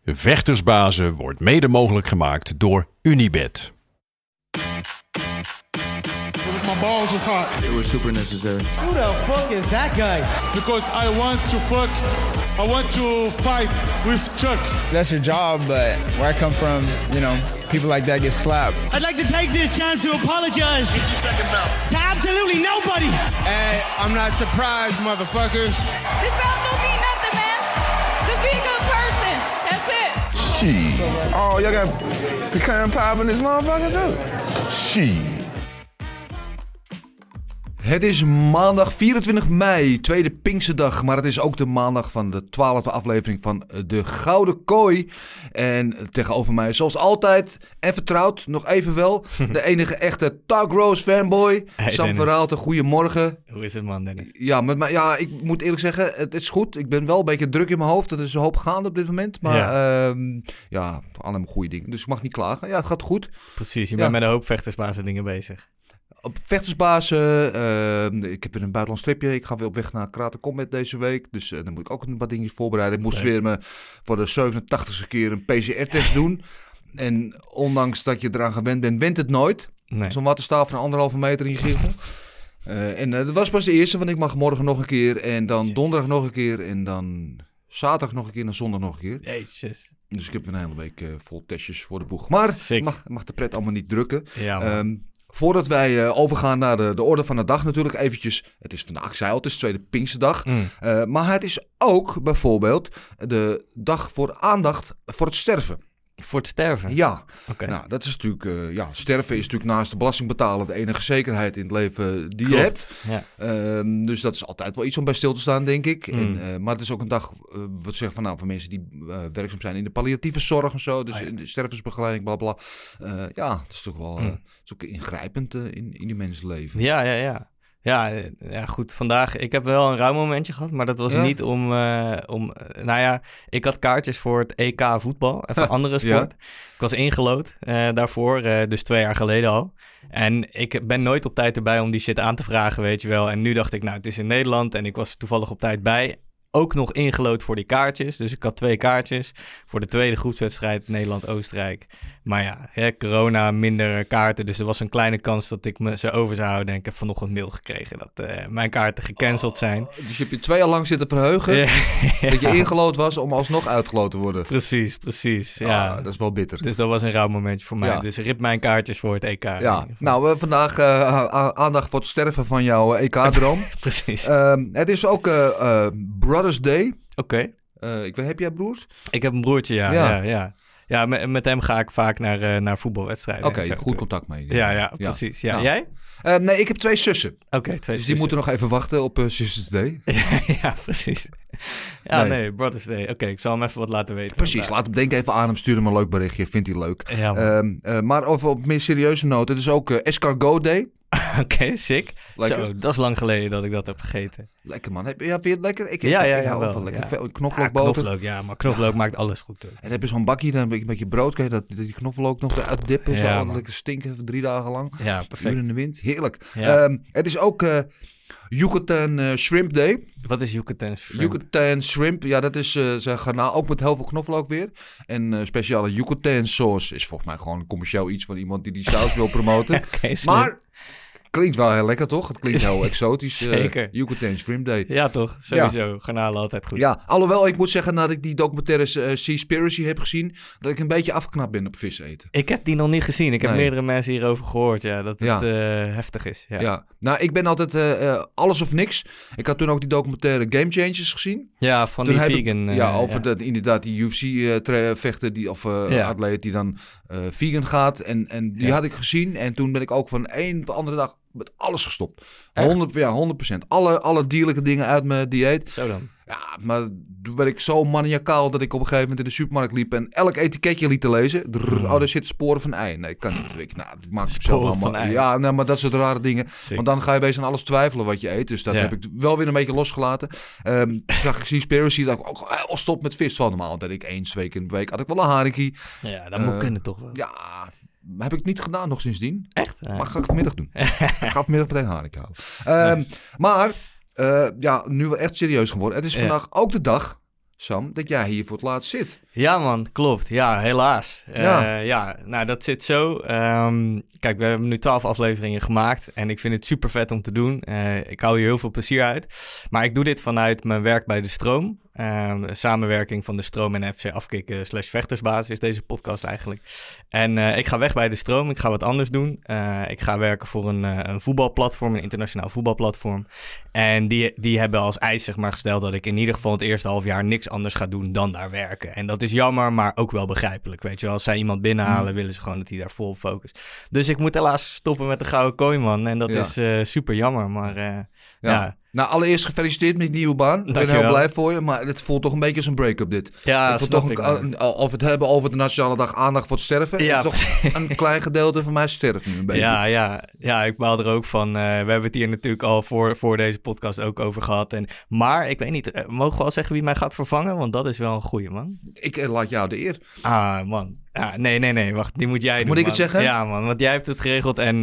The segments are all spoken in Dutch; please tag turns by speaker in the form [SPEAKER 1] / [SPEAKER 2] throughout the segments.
[SPEAKER 1] Vechtersbazen wordt mede mogelijk gemaakt door Unibet.
[SPEAKER 2] My balls was hot.
[SPEAKER 3] It was super necessary.
[SPEAKER 4] Who the fuck is that guy?
[SPEAKER 2] Because I want to fight with Chuck.
[SPEAKER 3] That's your job, but where I come from, people like that get slapped.
[SPEAKER 4] I'd like to take this chance to apologize to absolutely nobody.
[SPEAKER 2] Hey, I'm not surprised, motherfuckers.
[SPEAKER 5] This belt don't mean nothing, man. Just be a good person. That's it.
[SPEAKER 6] Shit. Oh, y'all got pecan pie in this motherfucker too? Shit.
[SPEAKER 7] Het is maandag 24 mei, tweede Pinksterdag, maar het is ook de maandag van de 12e aflevering van De Gouden Kooi. En tegenover mij, zoals altijd, en vertrouwd, nog even wel, de enige echte Tug Rose fanboy,
[SPEAKER 8] Hey,
[SPEAKER 7] Sam Verhaalte. Goedemorgen.
[SPEAKER 8] Hoe is het, man, Dennis?
[SPEAKER 7] Ja, ik moet eerlijk zeggen, het is goed. Ik ben wel een beetje druk in mijn hoofd, er is een hoop gaande op dit moment. Maar allemaal goede dingen, dus ik mag niet klagen. Ja, het gaat goed.
[SPEAKER 8] Precies, je bent met een hoop vechtersbazen dingen bezig.
[SPEAKER 7] Op vechtersbazen, ik heb weer een buitenlands tripje. Ik ga weer op weg naar Karate Combat deze week. Dus dan moet ik ook een paar dingen voorbereiden. Ik moest weer voor de 87e keer een PCR-test doen. En ondanks dat je eraan gewend bent, went het nooit.
[SPEAKER 8] Nee.
[SPEAKER 7] Zo'n wattenstaaf van 1,5 meter in je giegel. Dat was pas de eerste, want ik mag morgen nog een keer. En dan donderdag nog een keer. En dan zaterdag nog een keer en zondag nog een keer.
[SPEAKER 8] Jezus.
[SPEAKER 7] Dus ik heb een hele week vol testjes voor de boeg. Maar mag de pret allemaal niet drukken.
[SPEAKER 8] Ja,
[SPEAKER 7] voordat wij overgaan naar de orde van de dag natuurlijk eventjes. Het is vandaag, ik zei al, het is tweede Pinksterdag. Maar het is ook bijvoorbeeld de dag voor aandacht voor het sterven.
[SPEAKER 8] Voor het sterven?
[SPEAKER 7] Ja.
[SPEAKER 8] Okay.
[SPEAKER 7] Nou, dat is natuurlijk, sterven is natuurlijk naast de belasting betalen de enige zekerheid in het leven die je hebt.
[SPEAKER 8] Ja.
[SPEAKER 7] Dus dat is altijd wel iets om bij stil te staan, denk ik. Maar het is ook een dag, wat zeg van voor mensen die werkzaam zijn in de palliatieve zorg en zo. Dus in de stervensbegeleiding, bla bla. Het is toch wel het is ook ingrijpend in die mensenleven.
[SPEAKER 8] Ja. Ja, goed. Vandaag, ik heb wel een rouwmomentje gehad, maar dat was niet ik had kaartjes voor het EK voetbal, even een andere sport. Ik was ingelood daarvoor, dus 2 jaar geleden al. En ik ben nooit op tijd erbij om die shit aan te vragen, weet je wel. En nu dacht ik, het is in Nederland en ik was toevallig op tijd bij. Ook nog ingelood voor die kaartjes. Dus ik had 2 kaartjes voor de tweede groepswedstrijd Nederland-Oostenrijk. Maar corona, minder kaarten. Dus er was een kleine kans dat ik me ze over zou houden. En ik heb vanochtend mail gekregen dat mijn kaarten gecanceld zijn.
[SPEAKER 7] Dus je hebt je 2 jaar lang zitten verheugen dat je ingelood was om alsnog uitgeloot te worden.
[SPEAKER 8] Precies. Ja.
[SPEAKER 7] Dat is wel bitter.
[SPEAKER 8] Dus dat was een rauw momentje voor mij. Ja. Dus rip mijn kaartjes voor het EK.
[SPEAKER 7] Ja, nou vandaag aandacht voor het sterven van jouw EK-droom.
[SPEAKER 8] Precies.
[SPEAKER 7] Het is ook Brothers Day.
[SPEAKER 8] Oké.
[SPEAKER 7] Heb jij broers?
[SPEAKER 8] Ik heb een broertje, ja. Ja, met hem ga ik vaak naar voetbalwedstrijden.
[SPEAKER 7] Oké, goed contact mee.
[SPEAKER 8] Ja, precies. Ja. Jij?
[SPEAKER 7] Nee, ik heb 2 zussen.
[SPEAKER 8] Oké, 2
[SPEAKER 7] dus
[SPEAKER 8] zussen.
[SPEAKER 7] die moeten nog even wachten op Sisters Day.
[SPEAKER 8] Ja, precies. Ja, nee, Brothers Day. Oké, ik zal hem even wat laten weten.
[SPEAKER 7] Precies, laat hem denken even aan hem. Stuur hem een leuk berichtje, vindt hij leuk.
[SPEAKER 8] Ja,
[SPEAKER 7] maar over op meer serieuze noten, het is ook Escargot Day.
[SPEAKER 8] Oké, sick. Lekker. Zo, dat is lang geleden dat ik dat heb gegeten.
[SPEAKER 7] Lekker, man. Vind je het lekker? Ik
[SPEAKER 8] hou
[SPEAKER 7] wel van lekker knoflookboter.
[SPEAKER 8] Knoflook, maar knoflook maakt alles goed. Hoor.
[SPEAKER 7] En dan heb je zo'n bakje, dan een beetje brood, kan je die knoflook nog eruit dippen.
[SPEAKER 8] Ja,
[SPEAKER 7] zo lekker stinken, 3 dagen lang.
[SPEAKER 8] Ja, perfect.
[SPEAKER 7] Uur in de wind, heerlijk.
[SPEAKER 8] Ja.
[SPEAKER 7] Het is ook Yucatan Shrimp Day.
[SPEAKER 8] Wat is Yucatan Shrimp?
[SPEAKER 7] Yucatan Shrimp, ja, dat is garnaal, ook met heel veel knoflook weer. En speciale Yucatan sauce is volgens mij gewoon commercieel iets van iemand die saus wil promoten.
[SPEAKER 8] Okay,
[SPEAKER 7] maar klinkt wel heel lekker, toch? Het klinkt heel exotisch.
[SPEAKER 8] Zeker.
[SPEAKER 7] Yucatan Shrimp Day.
[SPEAKER 8] Ja, toch? Sowieso. Ja. Garnalen altijd goed.
[SPEAKER 7] Ja, alhoewel ik moet zeggen, nadat ik die documentaire Seaspiracy heb gezien, dat ik een beetje afgeknapt ben op vis eten.
[SPEAKER 8] Ik heb die nog niet gezien. Ik heb meerdere mensen hierover gehoord, dat het heftig is. Ja.
[SPEAKER 7] Nou, ik ben altijd alles of niks. Ik had toen ook die documentaire Game Changers gezien.
[SPEAKER 8] Ja, van toen die vegan.
[SPEAKER 7] Over inderdaad die UFC-vechter atleet die dan vegan gaat. En die had ik gezien. En toen ben ik ook van een op de andere dag met alles gestopt. 100%. Alle dierlijke dingen uit mijn dieet.
[SPEAKER 8] Zo dan.
[SPEAKER 7] Ja, maar toen werd ik zo maniacaal dat ik op een gegeven moment in de supermarkt liep en elk etiketje liet te lezen. Daar zitten sporen van ei. Nee, ik kan niet. Ik maak het zelf allemaal. Ja, maar dat soort rare dingen. Want dan ga je bezig aan alles twijfelen wat je eet. Dus dat heb ik wel weer een beetje losgelaten. Zag ik Seaspiracy, dat ik ook stop met vis. Van normaal dat ik 2 keer in de week had ik wel een haringkie.
[SPEAKER 8] Ja, dat moet kunnen toch wel.
[SPEAKER 7] Ja, heb ik niet gedaan nog sindsdien.
[SPEAKER 8] Echt?
[SPEAKER 7] Maar ga ik vanmiddag doen. Ik ga vanmiddag meteen haringkie houden. Nice. Maar nu wel echt serieus geworden. Het is vandaag ook de dag, Sam, dat jij hier voor het laatst zit.
[SPEAKER 8] Ja man, klopt. Ja, helaas. Nou dat zit zo. Kijk, we hebben nu 12 afleveringen gemaakt en ik vind het super vet om te doen. Ik hou hier heel veel plezier uit. Maar ik doe dit vanuit mijn werk bij De Stroom. Samenwerking van De Stroom en FC Afkikken /vechtersbasis is deze podcast eigenlijk. En ik ga weg bij De Stroom. Ik ga wat anders doen. Ik ga werken voor een voetbalplatform, een internationaal voetbalplatform. En die hebben als eis zeg maar gesteld dat ik in ieder geval het eerste half jaar niks anders ga doen dan daar werken. En dat is jammer, maar ook wel begrijpelijk. Weet je wel, als zij iemand binnenhalen, willen ze gewoon dat hij daar vol op focust. Dus ik moet helaas stoppen met de gouden kooi, man. En dat is super jammer, maar ja.
[SPEAKER 7] Nou, allereerst gefeliciteerd met die nieuwe baan. Ik ben heel blij voor je, maar het voelt toch een beetje als een break-up dit.
[SPEAKER 8] Ja,
[SPEAKER 7] ik toch of we het hebben over de Nationale Dag aandacht voor het sterven. Ja. Toch een klein gedeelte van mij sterft nu een beetje.
[SPEAKER 8] Ja, ik baal er ook van. We hebben het hier natuurlijk al voor deze podcast ook over gehad. Maar ik weet niet, mogen we al zeggen wie mij gaat vervangen? Want dat is wel een goeie, man.
[SPEAKER 7] Ik laat jou de eer.
[SPEAKER 8] Ah, man. Ja, nee, wacht, die moet jij doen.
[SPEAKER 7] Moet ik het zeggen?
[SPEAKER 8] Ja, man, want jij hebt het geregeld en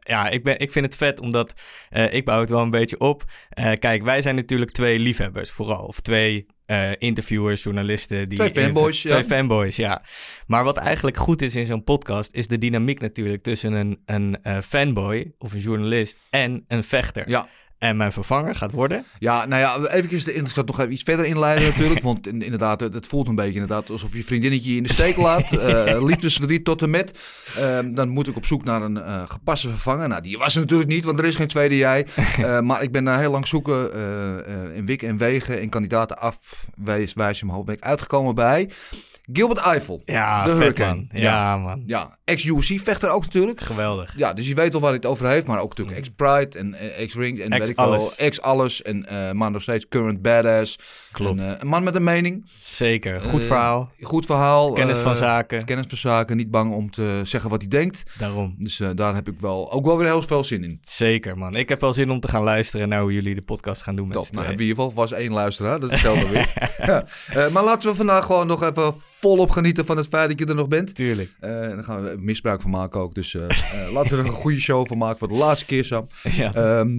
[SPEAKER 8] ik vind het vet, omdat ik bouw het wel een beetje op. Kijk, wij zijn natuurlijk 2 liefhebbers vooral, of 2 interviewers, journalisten.
[SPEAKER 7] Twee fanboys,
[SPEAKER 8] Twee fanboys, ja. Maar wat eigenlijk goed is in zo'n podcast, is de dynamiek natuurlijk tussen een fanboy of een journalist en een vechter. Ja. En mijn vervanger gaat worden?
[SPEAKER 7] Ja, nou ja, eventjes ik ga nog even iets verder inleiden natuurlijk. Want inderdaad, het voelt een beetje inderdaad alsof je vriendinnetje je in de steek laat. Liefdesverdriet tot en met. Dan moet ik op zoek naar een gepaste vervanger. Nou, die was er natuurlijk niet, want er is geen tweede jij. Maar ik ben daar heel lang zoeken in wikken en wegen en kandidaten afwijs in mijn hoofd. Ben ik uitgekomen bij Gilbert Eiffel.
[SPEAKER 8] Ja,
[SPEAKER 7] de
[SPEAKER 8] vet man. Ja, man.
[SPEAKER 7] Ja, ex-UFC-vechter ook natuurlijk.
[SPEAKER 8] Geweldig.
[SPEAKER 7] Ja, dus je weet wel waar hij het over heeft. Maar ook natuurlijk ex-Pride en ex-Ring. En ex-alles. Maar nog steeds current badass.
[SPEAKER 8] Klopt.
[SPEAKER 7] Een man met een mening.
[SPEAKER 8] Zeker. Goed verhaal.
[SPEAKER 7] Goed verhaal.
[SPEAKER 8] Kennis van zaken.
[SPEAKER 7] Kennis van zaken. Niet bang om te zeggen wat hij denkt.
[SPEAKER 8] Daarom.
[SPEAKER 7] Dus daar heb ik ook wel weer heel veel zin in.
[SPEAKER 8] Zeker, man. Ik heb wel zin om te gaan luisteren naar hoe jullie de podcast gaan doen met z'n tweeën.
[SPEAKER 7] Nou, in ieder geval was 1 luisteraar. Dat is hetzelfde weer. Maar laten we vandaag gewoon nog even volop genieten van het feit dat je er nog bent.
[SPEAKER 8] Tuurlijk.
[SPEAKER 7] En daar gaan we misbruik van maken ook. Dus laten we er een goede show van maken voor de laatste keer, Sam.
[SPEAKER 8] Ja,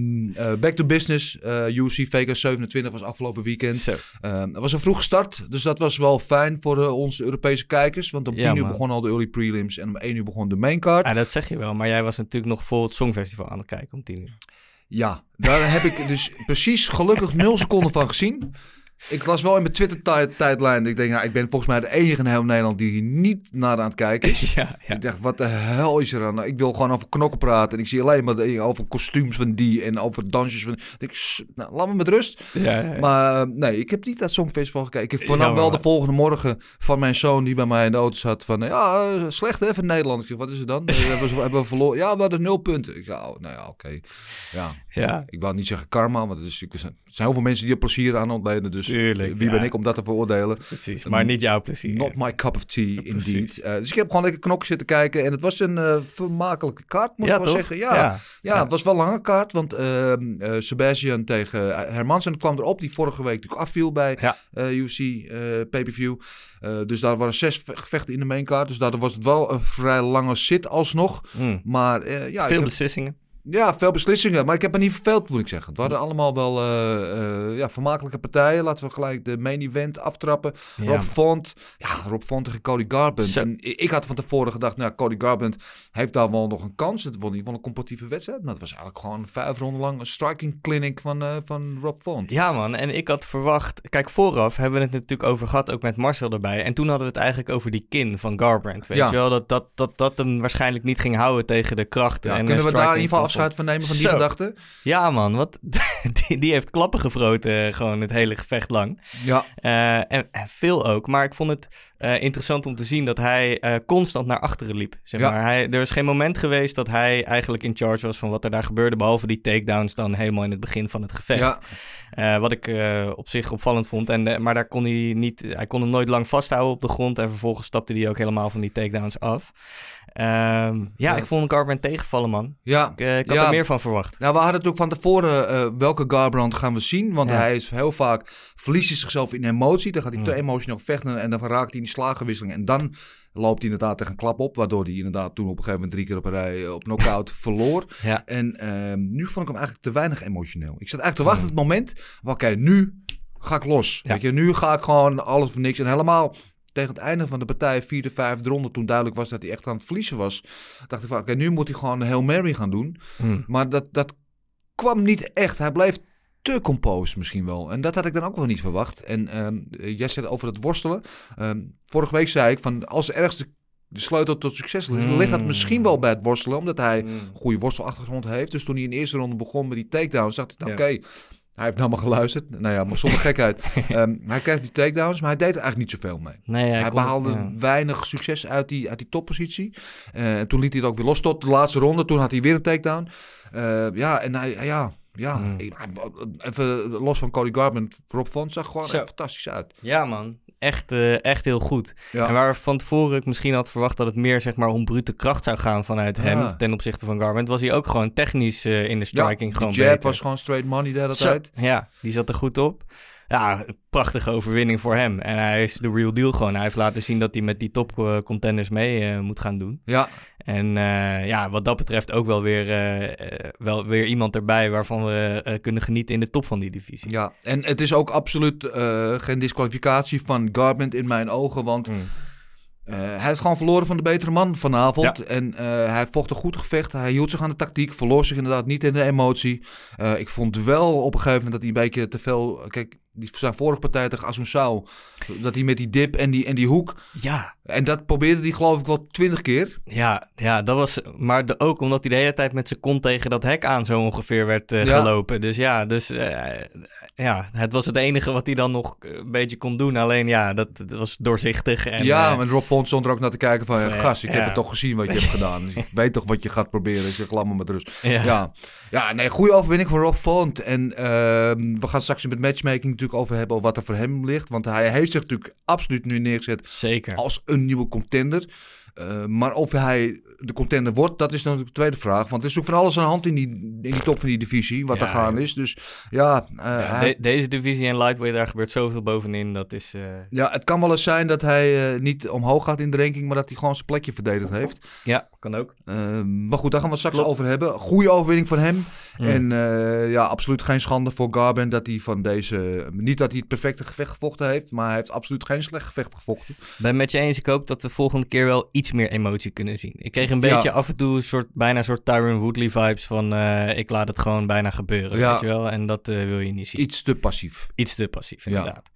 [SPEAKER 7] back to business. UFC Vegas 27 was afgelopen weekend. Het was een vroege start. Dus dat was wel fijn voor onze Europese kijkers. Want om 10 uur begon al de early prelims. En om 1 uur begon de main card.
[SPEAKER 8] Ja, dat zeg je wel. Maar jij was natuurlijk nog vol het Songfestival aan het kijken om 10 uur.
[SPEAKER 7] Ja, daar heb ik dus precies gelukkig 0 seconden van gezien. Ik las wel in mijn Twitter-tijdlijn. Ik denk, ik ben volgens mij de enige in heel Nederland die hier niet naar aan het kijken is.
[SPEAKER 8] Ja.
[SPEAKER 7] Ik dacht, wat de hel is er aan? Ik wil gewoon over knokken praten. En ik zie alleen maar over kostuums van die en over dansjes van die. Laat me met rust.
[SPEAKER 8] Ja. Maar
[SPEAKER 7] nee, ik heb niet dat Songfestival gekeken. Ik vernam wel de volgende morgen van mijn zoon die bij mij in de auto zat van, slecht hè, van Nederland. Ik zeg, wat is het dan? hebben we verloren? Ja, we hadden 0 punten. Ik zei, oké. Ja. Ik wou niet zeggen karma, want er zijn heel veel mensen die er plezier aan ontleden. Dus
[SPEAKER 8] tuurlijk,
[SPEAKER 7] wie ben ik om dat te veroordelen?
[SPEAKER 8] Precies, maar niet jouw plezier.
[SPEAKER 7] Not my cup of tea, indeed. Dus ik heb gewoon lekker knokken zitten kijken. En het was een vermakelijke kaart, moet ik wel zeggen. Ja, het was wel een lange kaart. Want Sebastian tegen Hermansen kwam erop. Die vorige week natuurlijk afviel bij UFC pay-per-view. Dus daar waren 6 gevechten in de main kaart. Dus daardoor was het wel een vrij lange zit alsnog. Maar
[SPEAKER 8] veel beslissingen.
[SPEAKER 7] Ja, veel beslissingen. Maar ik heb er niet verveeld, moet ik zeggen. Het waren allemaal wel vermakelijke partijen. Laten we gelijk de main event aftrappen.
[SPEAKER 8] Ja.
[SPEAKER 7] Rob Font tegen Cody Garbrandt. En ik had van tevoren gedacht, Cody Garbrandt heeft daar wel nog een kans. Het was niet wel een competitieve wedstrijd. Maar het was eigenlijk gewoon 5 ronden lang een striking clinic van Rob Font.
[SPEAKER 8] Ja man, en ik had verwacht... Kijk, vooraf hebben we het natuurlijk over gehad, ook met Marcel erbij. En toen hadden we het eigenlijk over die kin van Garbrandt. Weet je wel, dat hem waarschijnlijk niet ging houden tegen de krachten. En
[SPEAKER 7] kunnen we daar in ieder geval afscheid van nemen van die gedachte?
[SPEAKER 8] Ja man, wat die heeft klappen gewroten gewoon het hele gevecht lang.
[SPEAKER 7] Ja.
[SPEAKER 8] En veel ook. Maar ik vond het interessant om te zien dat hij constant naar achteren liep. Zeg maar. Er is geen moment geweest dat hij eigenlijk in charge was van wat er daar gebeurde, behalve die takedowns dan helemaal in het begin van het gevecht. Ja. Wat ik op zich opvallend vond. Maar daar kon hij kon hem nooit lang vasthouden op de grond. En vervolgens stapte hij ook helemaal van die takedowns af. Ik vond Garbrandt tegenvallen, man.
[SPEAKER 7] Ja.
[SPEAKER 8] Ik had er meer van verwacht.
[SPEAKER 7] Nou, we hadden natuurlijk van tevoren welke Garbrandt gaan we zien. Want hij is heel vaak verliest zichzelf in emotie. Dan gaat hij te emotioneel vechten en dan raakt hij in die slagenwisseling. En dan loopt hij inderdaad tegen een klap op. Waardoor hij inderdaad toen op een gegeven moment 3 keer op een rij op knockout verloor. Ja. En nu vond ik hem eigenlijk te weinig emotioneel. Ik zat eigenlijk te wachten op het moment. Oké, nu ga ik los. Ja. Weet je, nu ga ik gewoon alles voor niks. En helemaal tegen het einde van de partij, 4e, 5e ronde, toen duidelijk was dat hij echt aan het verliezen was, dacht ik van, oké, nu moet hij gewoon een Hail Mary gaan doen. Maar dat kwam niet echt. Hij bleef te composed misschien wel. En dat had ik dan ook wel niet verwacht. En jij zei over het worstelen. Vorige week zei ik van, als ergens de sleutel tot succes ligt dat misschien wel bij het worstelen, omdat hij een goede worstelachtergrond heeft. Dus toen hij in de eerste ronde begon met die takedowns, dacht ik, oké, hij heeft nou maar geluisterd. Nou ja, maar zonder gekheid. Hij kreeg die takedowns, maar hij deed er eigenlijk niet zoveel mee.
[SPEAKER 8] Nee,
[SPEAKER 7] hij behaalde weinig succes uit die toppositie. Toen liet hij het ook weer los tot de laatste ronde. Toen had hij weer een takedown. Even los van Cody Garbrandt, Rob Font zag gewoon fantastisch uit.
[SPEAKER 8] Ja, man. Echt heel goed. Ja. En waar van tevoren ik misschien had verwacht dat het meer zeg maar om brute kracht zou gaan vanuit hem ten opzichte van Garbrandt, was hij ook gewoon technisch in de striking gewoon beter.
[SPEAKER 7] Die jab was gewoon straight money de hele tijd.
[SPEAKER 8] Ja, die zat er goed op. Ja, prachtige overwinning voor hem. En hij is de real deal gewoon. Hij heeft laten zien dat hij met die top contenders mee moet gaan doen. Ja. En wat dat betreft ook wel weer iemand erbij waarvan we kunnen genieten in de top van die divisie.
[SPEAKER 7] Ja, en het is ook absoluut geen disqualificatie van Garbrandt in mijn ogen, want hij is gewoon verloren van de betere man vanavond. Ja. En hij vocht een goed gevecht. Hij hield zich aan de tactiek. Verloor zich inderdaad niet in de emotie. Ik vond wel op een gegeven moment dat hij een beetje te veel... Kijk, zijn vorige partij tegen Assunção, dat hij met die dip en die hoek... Ja. En dat probeerde hij geloof ik wel 20 keer.
[SPEAKER 8] Ja, dat was... Maar ook omdat hij de hele tijd met zijn kont tegen dat hek aan zo ongeveer werd gelopen. Dus het was het enige wat hij dan nog een beetje kon doen. Alleen dat was doorzichtig. En,
[SPEAKER 7] maar Rob Font stond er ook naar te kijken van... Gast, ik heb het toch gezien wat je hebt gedaan. Dus ik weet toch wat je gaat proberen. Dus ik laat me met rust. Goede overwinning voor Rob Font. En we gaan straks met matchmaking natuurlijk over hebben wat er voor hem ligt. Want hij heeft zich natuurlijk absoluut nu neergezet. Zeker. Als een nieuwe contender. Maar of hij de contender wordt, dat is natuurlijk de tweede vraag. Want er is ook van alles aan de hand in die top van die divisie, wat er gaan is. Dus
[SPEAKER 8] deze divisie en lightweight, daar gebeurt zoveel bovenin. Dat is...
[SPEAKER 7] Ja, het kan wel eens zijn dat hij niet omhoog gaat in de ranking, maar dat hij gewoon zijn plekje verdedigd heeft.
[SPEAKER 8] Ja, kan ook.
[SPEAKER 7] Maar goed, daar gaan we het straks over hebben. Goede overwinning van hem. En absoluut geen schande voor Garbrandt dat hij van deze... Niet dat hij het perfecte gevecht gevochten heeft, maar hij heeft absoluut geen slecht gevecht gevochten.
[SPEAKER 8] Ben met je eens. Ik hoop dat we volgende keer wel iets meer emotie kunnen zien. Ik kreeg een beetje af en toe bijna een soort Tyron Woodley vibes van ik laat het gewoon bijna gebeuren, weet je wel. En dat wil je niet zien.
[SPEAKER 7] Iets te passief.
[SPEAKER 8] Iets te passief, inderdaad.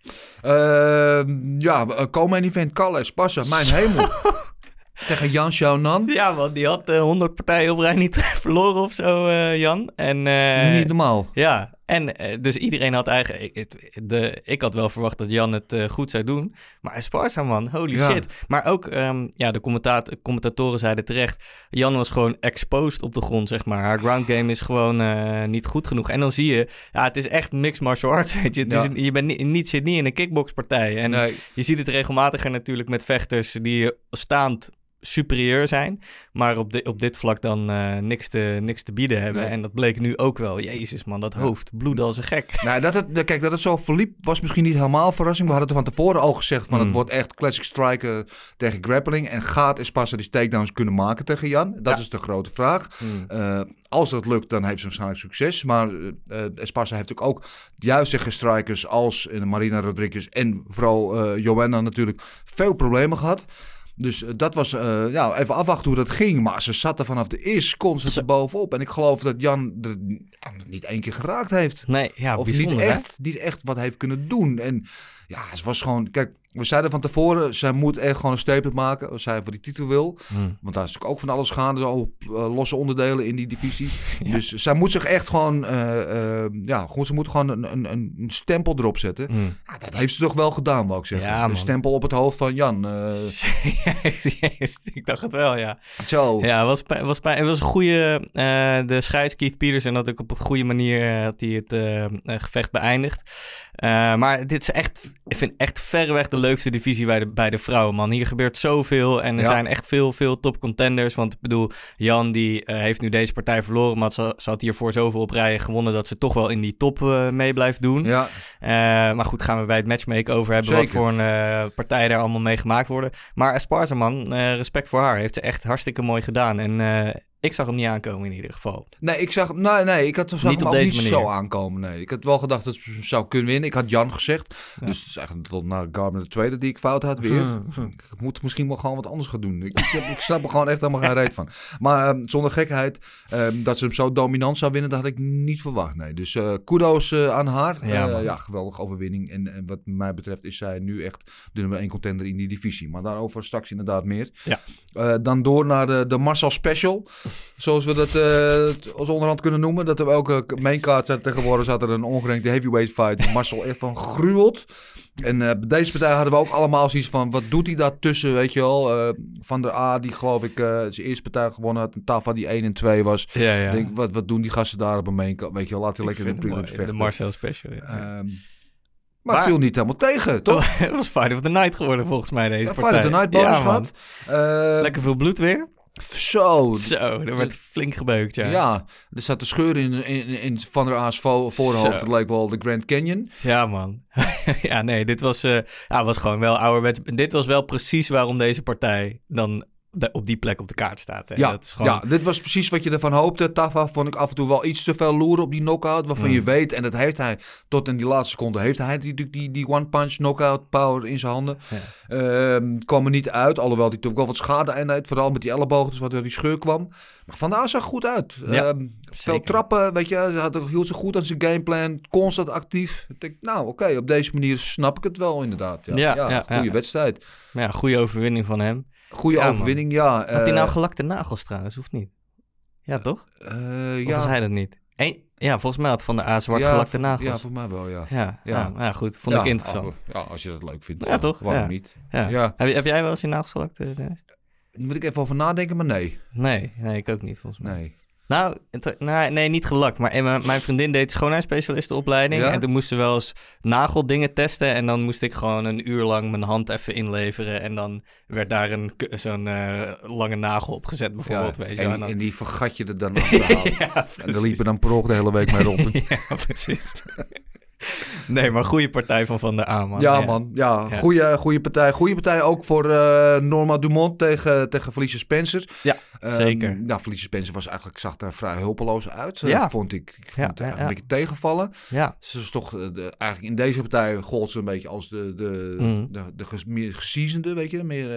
[SPEAKER 7] Co-main event, Kalle Esparza, mijn hemel. Tegen Yan Xiaonan.
[SPEAKER 8] Ja, man, die had 100 partijen op rij niet verloren of zo, Jan. En,
[SPEAKER 7] niet normaal.
[SPEAKER 8] Ja, en dus iedereen had eigenlijk... Ik had wel verwacht dat Jan het goed zou doen. Maar Esparza, man, holy shit. Maar ook, de commentatoren zeiden terecht... Jan was gewoon exposed op de grond, zeg maar. Haar ground game is gewoon niet goed genoeg. En dan zie je, het is echt mixed martial arts, weet je. Je bent zit niet in een kickboxpartij. En je ziet het regelmatiger natuurlijk met vechters die staand... superieur zijn, maar op dit vlak dan niks te bieden hebben. Nee. En dat bleek nu ook wel. Jezus man, dat hoofd bloedde als een gek.
[SPEAKER 7] Nou, dat het zo verliep was misschien niet helemaal verrassing. We hadden het van tevoren al gezegd van het wordt echt classic striker tegen grappling. En gaat Esparza die takedowns kunnen maken tegen Jan? Dat is de grote vraag. Als dat lukt, dan heeft ze waarschijnlijk succes. Maar Esparza heeft ook juist tegen strikers als Marina Rodriguez en vooral Joanna natuurlijk veel problemen gehad. Dus dat was even afwachten hoe dat ging. Maar ze zat er vanaf de eerste seconde er bovenop. En ik geloof dat Jan er niet één keer geraakt heeft.
[SPEAKER 8] Nee, ja,
[SPEAKER 7] of niet echt wat heeft kunnen doen. En ja, het was gewoon... Kijk, we zeiden van tevoren, zij moet echt gewoon een statement maken als zij voor die titel wil. Want daar is natuurlijk ook van alles gaande, zo losse onderdelen in die divisie. Ja. Dus zij moet zich echt gewoon, ze moet gewoon een stempel erop zetten. Ja, dat heeft ze toch wel gedaan, wou ik zeggen. Ja, een stempel op het hoofd van Jan.
[SPEAKER 8] Ik dacht het wel, ja.
[SPEAKER 7] Zo.
[SPEAKER 8] Ja, het was een goede... de scheids Keith Peterson had ook op een goede manier had hij het gevecht beëindigd. Maar dit is echt, ik vind echt verreweg de leukste divisie bij de vrouwen, man. Hier gebeurt zoveel en er zijn echt veel top contenders. Want ik bedoel, Jan die heeft nu deze partij verloren, maar ze had hiervoor zoveel op rij gewonnen dat ze toch wel in die top mee blijft doen. Ja. Maar goed, gaan we bij het matchmaken over hebben. Zeker. Wat voor een partij daar allemaal mee gemaakt worden. Maar Esparza, man, respect voor haar. Heeft ze echt hartstikke mooi gedaan. En Ik zag hem niet aankomen in ieder geval.
[SPEAKER 7] Nee, ik zag hem ook niet zo aankomen. Nee. Ik had wel gedacht dat ze zou kunnen winnen. Ik had Jan gezegd. Ja. Dus het is eigenlijk tot naar Garmin de tweede die ik fout had weer. Ik moet misschien wel gewoon wat anders gaan doen. Ik snap er gewoon echt helemaal geen reet van. Maar zonder gekheid, dat ze hem zo dominant zou winnen, dat had ik niet verwacht. Nee. Dus kudos aan haar. Ja, geweldige overwinning. En wat mij betreft is zij nu echt de nummer 1 contender in die divisie. Maar daarover straks inderdaad meer. Ja. Dan door naar de Marcel Special. Zoals we dat als onderhand kunnen noemen. Dat er elke maincard tegenwoordig zat er een ongerenkte heavyweight fight. Marcel echt van gruwelt. En bij deze partij hadden we ook allemaal zoiets van, wat doet hij daar tussen, weet je wel. Van der A, die geloof ik zijn eerste partij gewonnen had. En Tafa die 1 en 2 was. Ja. Denk, wat doen die gasten daar op een maincard? Weet je wel, laat hij lekker in de prelims vechten.
[SPEAKER 8] De Marcel Special, ja.
[SPEAKER 7] Maar viel niet helemaal tegen, toch?
[SPEAKER 8] Het was Fight of the Night geworden volgens mij deze partij.
[SPEAKER 7] Fight of the Night bonus gehad.
[SPEAKER 8] Lekker veel bloed weer.
[SPEAKER 7] Zo,
[SPEAKER 8] er werd flink gebeukt, ja.
[SPEAKER 7] Ja, er zat een scheur in Van der A's voorhoofd. Dat leek wel de Grand Canyon.
[SPEAKER 8] Ja, man. Ja, nee, dit was gewoon wel ouderwets. Dit was wel precies waarom deze partij dan op die plek op de kaart staat. Hè?
[SPEAKER 7] Ja,
[SPEAKER 8] dat is gewoon...
[SPEAKER 7] dit was precies wat je ervan hoopte. Tafa vond ik af en toe wel iets te veel loeren op die knockout. Waarvan je weet, en dat heeft hij tot in die laatste seconde, heeft hij die one-punch knockout power in zijn handen. Ja. Kwam er niet uit, alhoewel hij natuurlijk wel wat schade aan heeft. Vooral met die elleboog, dus waardoor die scheur kwam. Maar vandaar zag goed uit. Ja, veel trappen, weet je. Hij hield zich goed aan zijn gameplan. Constant actief. Ik denk, nou oké, op deze manier snap ik het wel inderdaad. Goede wedstrijd.
[SPEAKER 8] Ja, goede overwinning van hem.
[SPEAKER 7] Goede overwinning, man. Ja.
[SPEAKER 8] Had hij nou gelakte nagels trouwens, of niet? Ja, toch? Of was hij dat niet? Volgens mij had Van der A zwart gelakte nagels.
[SPEAKER 7] Ja, volgens mij wel, ja.
[SPEAKER 8] Ja, goed. Vond ik interessant.
[SPEAKER 7] Als je dat leuk vindt.
[SPEAKER 8] Ja, toch?
[SPEAKER 7] Waarom niet?
[SPEAKER 8] Ja. Heb jij wel eens je nagels gelakt?
[SPEAKER 7] Moet ik even over nadenken, maar nee.
[SPEAKER 8] Nee, ik ook niet, volgens mij.
[SPEAKER 7] Nee.
[SPEAKER 8] Nee, niet gelakt. Maar mijn vriendin deed schoonheidsspecialistenopleiding. Ja? En toen moesten we wel eens nageldingen testen. En dan moest ik gewoon een uur lang mijn hand even inleveren. En dan werd daar zo'n lange nagel op gezet bijvoorbeeld.
[SPEAKER 7] Ja,
[SPEAKER 8] weet je,
[SPEAKER 7] en die vergat je er dan af te halen. Ja, en daar liepen dan per ongeluk de hele week mee rond.
[SPEAKER 8] Ja, precies. Nee, maar goede partij van der A, man.
[SPEAKER 7] Ja, man. Ja. Goede partij. Goede partij ook voor Norma Dumont tegen Felicia Spencer.
[SPEAKER 8] Ja, zeker.
[SPEAKER 7] Felicia Spencer zag daar vrij hulpeloos uit. Vond ik. Ik vond het eigenlijk een beetje tegenvallen. Ja. Ze is toch eigenlijk in deze partij gold ze een beetje als de meer geseasonde, weet je. Meer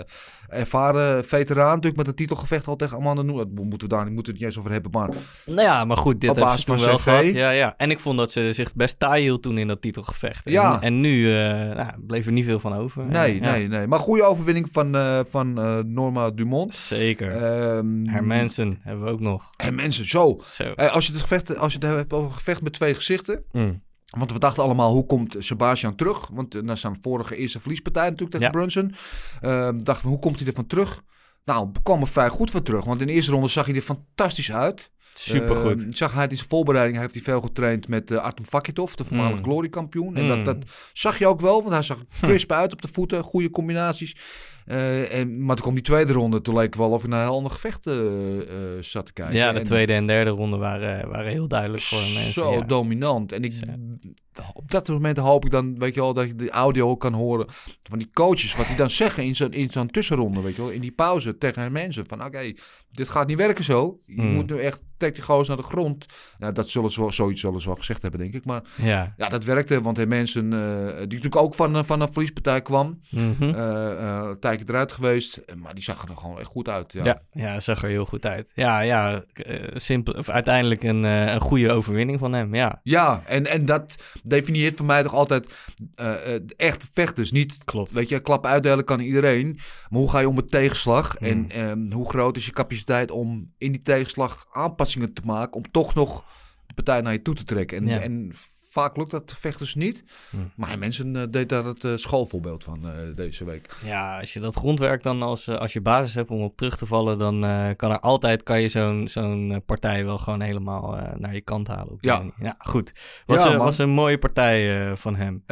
[SPEAKER 7] ervaren veteraan. Natuurlijk met een titelgevecht al tegen Amanda Nunes. Dat moeten we het niet eens over hebben, maar...
[SPEAKER 8] Nou ja, maar goed, dit hebben ze toen wel gehad. Ja. En ik vond dat ze zich best taai hield toen in dat titelgevecht.
[SPEAKER 7] Ja.
[SPEAKER 8] En nu bleef er niet veel van over.
[SPEAKER 7] Nee. Maar goede overwinning van Norma Dumont.
[SPEAKER 8] Zeker. Hermansen hebben we ook nog.
[SPEAKER 7] Hermansen, zo. Als je het hebt over een gevecht met twee gezichten... Want we dachten allemaal, hoe komt Sebastian terug? Want na zijn vorige eerste verliespartij natuurlijk tegen Brunson. Dachten we, hoe komt hij ervan terug? Nou, kwam er vrij goed van terug. Want in de eerste ronde zag hij er fantastisch uit.
[SPEAKER 8] Supergoed.
[SPEAKER 7] Zag hij in zijn voorbereiding, heeft hij veel getraind met Artem Fakitov, de voormalige Glory-kampioen. En dat zag je ook wel, want hij zag crisp uit op de voeten, goede combinaties. Maar toen kwam die tweede ronde, toen leek het wel of ik naar een heel ander gevecht zat te kijken.
[SPEAKER 8] Ja, de tweede en derde ronde waren heel duidelijk voor mensen.
[SPEAKER 7] Zo dominant. En op dat moment hoop ik dan, weet je wel, dat je de audio kan horen van die coaches, wat die dan zeggen in zo'n tussenronde, weet je wel, in die pauze tegen haar mensen. Van oké, dit gaat niet werken zo. Je moet nu echt, trek die goos naar de grond. Nou, dat zullen ze wel gezegd hebben, denk ik. Maar ja dat werkte, want mensen, die natuurlijk ook van een verliespartij kwam, tijdje eruit geweest, maar die zag er gewoon echt goed uit.
[SPEAKER 8] Ja, zag er heel goed uit. Simpel, of uiteindelijk een goede overwinning van hem,
[SPEAKER 7] Ja, en dat definieert voor mij toch altijd echt vechters. Niet,
[SPEAKER 8] klopt.
[SPEAKER 7] Weet je, klap uitdelen kan iedereen, maar hoe ga je om met tegenslag? En hoe groot is je capaciteit om in die tegenslag aanpassingen te maken, om toch nog de partij naar je toe te trekken? En vaak lukt dat vechters niet. Maar mensen deed daar het schoolvoorbeeld van deze week.
[SPEAKER 8] Ja, als je dat grondwerk dan als je basis hebt om op terug te vallen, dan kan je zo'n partij wel gewoon helemaal naar je kant halen. Op manier. Ja, goed. Was een mooie partij van hem.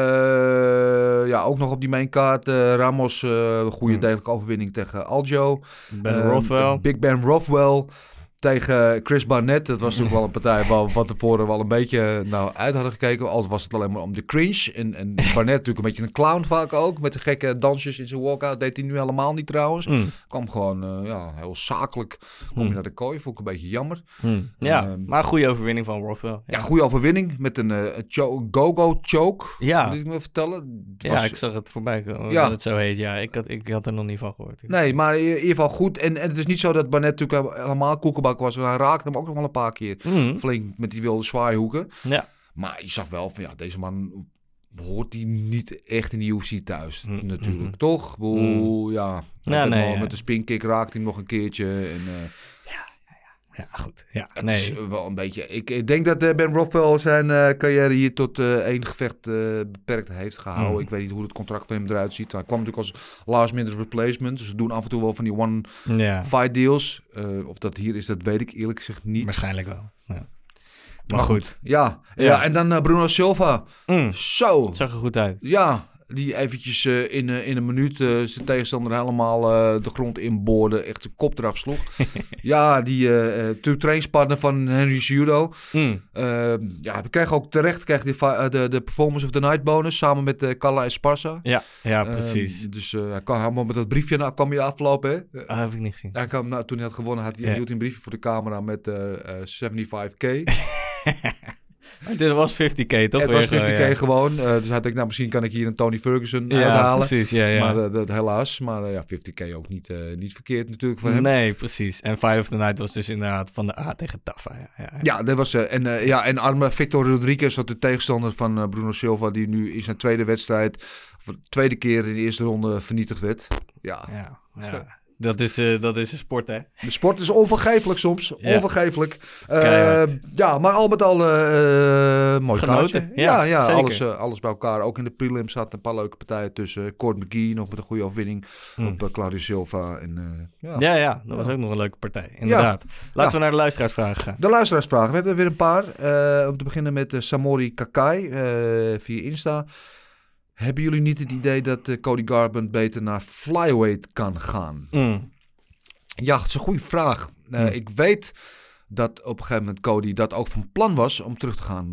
[SPEAKER 7] Ook nog op die maincard. Ramos, een goede degelijke overwinning tegen Aljo.
[SPEAKER 8] Ben Rothwell.
[SPEAKER 7] Big Ben Rothwell. tegen Chris Barnett. Dat was natuurlijk wel een partij waar we tevoren wel een beetje uit hadden gekeken. Al was het alleen maar om de cringe. En Barnett natuurlijk een beetje een clown vaak ook. Met de gekke dansjes in zijn walkout. Deed hij nu helemaal niet trouwens. Kwam gewoon heel zakelijk. Kom je naar de kooi. Vond ik een beetje jammer.
[SPEAKER 8] Ja, maar een goede overwinning van Rothwell.
[SPEAKER 7] Ja, goede overwinning. Met een go-go choke.
[SPEAKER 8] Ja.
[SPEAKER 7] Moet ik me vertellen.
[SPEAKER 8] Ik zag het voorbij komen. Dat het zo heet. Ja, ik had er nog niet van gehoord.
[SPEAKER 7] Nee, maar in ieder geval goed. En het is niet zo dat Barnett natuurlijk helemaal koekenbak was. Hij raakte hem ook nog wel een paar keer. Flink met die wilde zwaaihoeken. Ja. Maar je zag wel van deze man hoort hij niet echt in de UFC thuis. Natuurlijk. Toch? Met de spinkick raakte hij nog een keertje. En,
[SPEAKER 8] ja, goed. Ja,
[SPEAKER 7] het is wel een beetje... Ik denk dat Ben Rothwell zijn carrière hier tot 1 gevecht beperkt heeft gehouden. Ik weet niet hoe het contract van hem eruit ziet. Hij kwam natuurlijk als last minute replacement. Dus ze doen af en toe wel van die one-fight deals. Of dat hier is, dat weet ik eerlijk gezegd niet.
[SPEAKER 8] Waarschijnlijk wel. Ja.
[SPEAKER 7] Maar goed. Ja, en dan Bruno Silva. Zo.
[SPEAKER 8] Het zag er goed uit.
[SPEAKER 7] Ja. Die eventjes in een minuut zijn tegenstander helemaal de grond inboorde. Echt zijn kop eraf sloeg. Ja, die trainingspartner van Henry Cejudo. We kregen ook terecht de Performance of the Night bonus. Samen met Carla Esparza.
[SPEAKER 8] Ja, precies.
[SPEAKER 7] Dus hij kwam met dat briefje kwam je afgelopen. Hè?
[SPEAKER 8] Heb ik niet gezien.
[SPEAKER 7] Hij kwam, toen hij had gewonnen, hield hij een briefje voor de camera met 75k.
[SPEAKER 8] Dit was 50k, toch?
[SPEAKER 7] Het was 50k gewoon. Dus hij dacht, misschien kan ik hier een Tony Ferguson uithalen.
[SPEAKER 8] Precies, ja.
[SPEAKER 7] Maar helaas. Maar 50k ook niet verkeerd natuurlijk voor hem.
[SPEAKER 8] Nee, precies. En Fight of the Night was dus inderdaad van de A tegen Tafa.
[SPEAKER 7] Ja, dat was... en arme Victor Rodriguez, dat de tegenstander van Bruno Silva, die nu in zijn tweede wedstrijd, voor de tweede keer in de eerste ronde vernietigd werd. Ja.
[SPEAKER 8] Dat is de sport, hè?
[SPEAKER 7] De sport is onvergeeflijk soms. Ja. Onvergeeflijk. Maar al met al mooi
[SPEAKER 8] genoten.
[SPEAKER 7] Ja, alles bij elkaar. Ook in de prelims zaten een paar leuke partijen tussen. Court McGee nog met een goede overwinning op Claudio Silva.
[SPEAKER 8] Dat was ook nog een leuke partij. Inderdaad. Laten we naar de luisteraarsvragen gaan.
[SPEAKER 7] De luisteraarsvragen. We hebben er weer een paar. Om te beginnen met Samori Kakai via Insta. Hebben jullie niet het idee dat Cody Garbrandt beter naar flyweight kan gaan? Ja, het is een goede vraag. Ik weet dat op een gegeven moment Cody dat ook van plan was om terug te gaan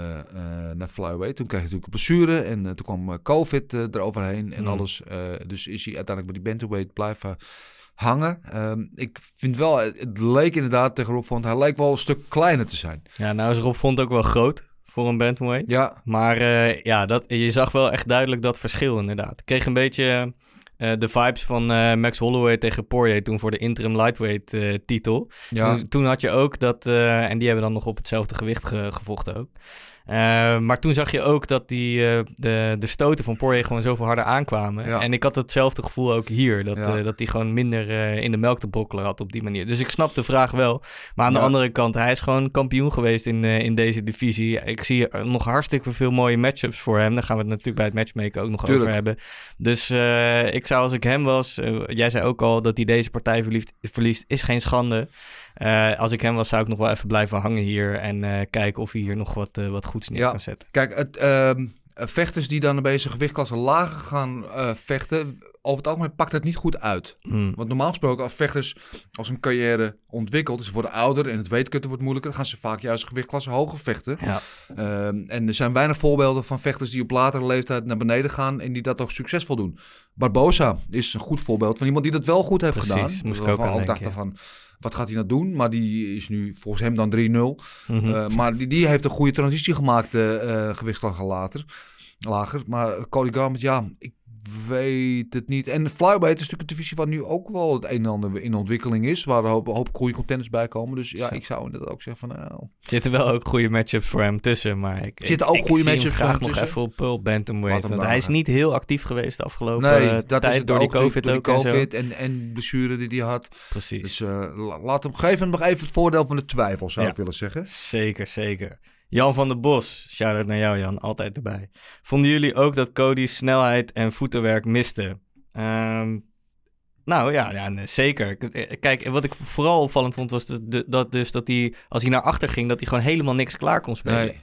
[SPEAKER 7] naar flyweight. Toen kreeg hij natuurlijk een blessure en toen kwam COVID eroverheen en alles. Dus is hij uiteindelijk bij die bantamweight blijven hangen. Ik vind wel, het leek inderdaad tegen Rob Font, hij leek wel een stuk kleiner te zijn.
[SPEAKER 8] Ja, nou is Rob Font ook wel groot voor een bantamweight.
[SPEAKER 7] Ja.
[SPEAKER 8] Maar je zag wel echt duidelijk dat verschil inderdaad. Ik kreeg een beetje de vibes van Max Holloway tegen Poirier toen voor de interim lightweight titel.
[SPEAKER 7] Ja.
[SPEAKER 8] Toen had je ook dat, en die hebben dan nog op hetzelfde gewicht gevochten ook. Maar toen zag je ook dat de stoten van Poirier gewoon zoveel harder aankwamen. Ja. En ik had hetzelfde gevoel ook hier. Dat hij gewoon minder in de melk te brokkelen had op die manier. Dus ik snap de vraag wel. Maar aan de andere kant, hij is gewoon kampioen geweest in deze divisie. Ik zie nog hartstikke veel mooie matchups voor hem. Daar gaan we het natuurlijk bij het matchmaken ook nog over hebben. Dus ik zou, als ik hem was... jij zei ook al dat hij deze partij verliest. Is geen schande. Als ik hem was, zou ik nog wel even blijven hangen hier en kijken of hij hier nog wat goeds neer kan zetten.
[SPEAKER 7] Kijk, vechters die dan bij deze gewichtklasse lager gaan vechten, over het algemeen pakt het niet goed uit. Want normaal gesproken, als vechters als hun carrière ontwikkelt, dus ze worden ouder en het weightcutten wordt moeilijker, dan gaan ze vaak juist gewichtklasse hoger vechten. Ja. En er zijn weinig voorbeelden van vechters die op latere leeftijd naar beneden gaan en die dat ook succesvol doen. Barbosa is een goed voorbeeld van iemand die dat wel goed heeft gedaan.
[SPEAKER 8] Precies, moest ik ook aan denken.
[SPEAKER 7] Dachten van, wat gaat hij nou doen? Maar die is nu volgens hem dan 3-0. Maar die heeft een goede transitie gemaakt, gewichtsklasse lager. Maar Cody Garbrandt, ik weet het niet. En flyweight is natuurlijk een divisie waar nu ook wel het een en ander in ontwikkeling is. Waar een hoop goede contenders bij komen. Dus ik zou inderdaad ook zeggen van... Er
[SPEAKER 8] zitten wel ook goede matchups voor hem tussen. Maar ik zie hem graag nog even op bantamweight. Want hij is niet heel actief geweest de afgelopen tijd. Door die COVID
[SPEAKER 7] en blessure die hij had.
[SPEAKER 8] Precies.
[SPEAKER 7] Dus laat hem geven nog even het voordeel van de twijfel, zou ik willen zeggen.
[SPEAKER 8] Zeker. Jan van der Bos, shout-out naar jou Jan, altijd erbij. Vonden jullie ook dat Cody snelheid en voetenwerk miste? Zeker. Kijk, wat ik vooral opvallend vond was dat hij, als hij naar achter ging, dat hij gewoon helemaal niks klaar kon spelen.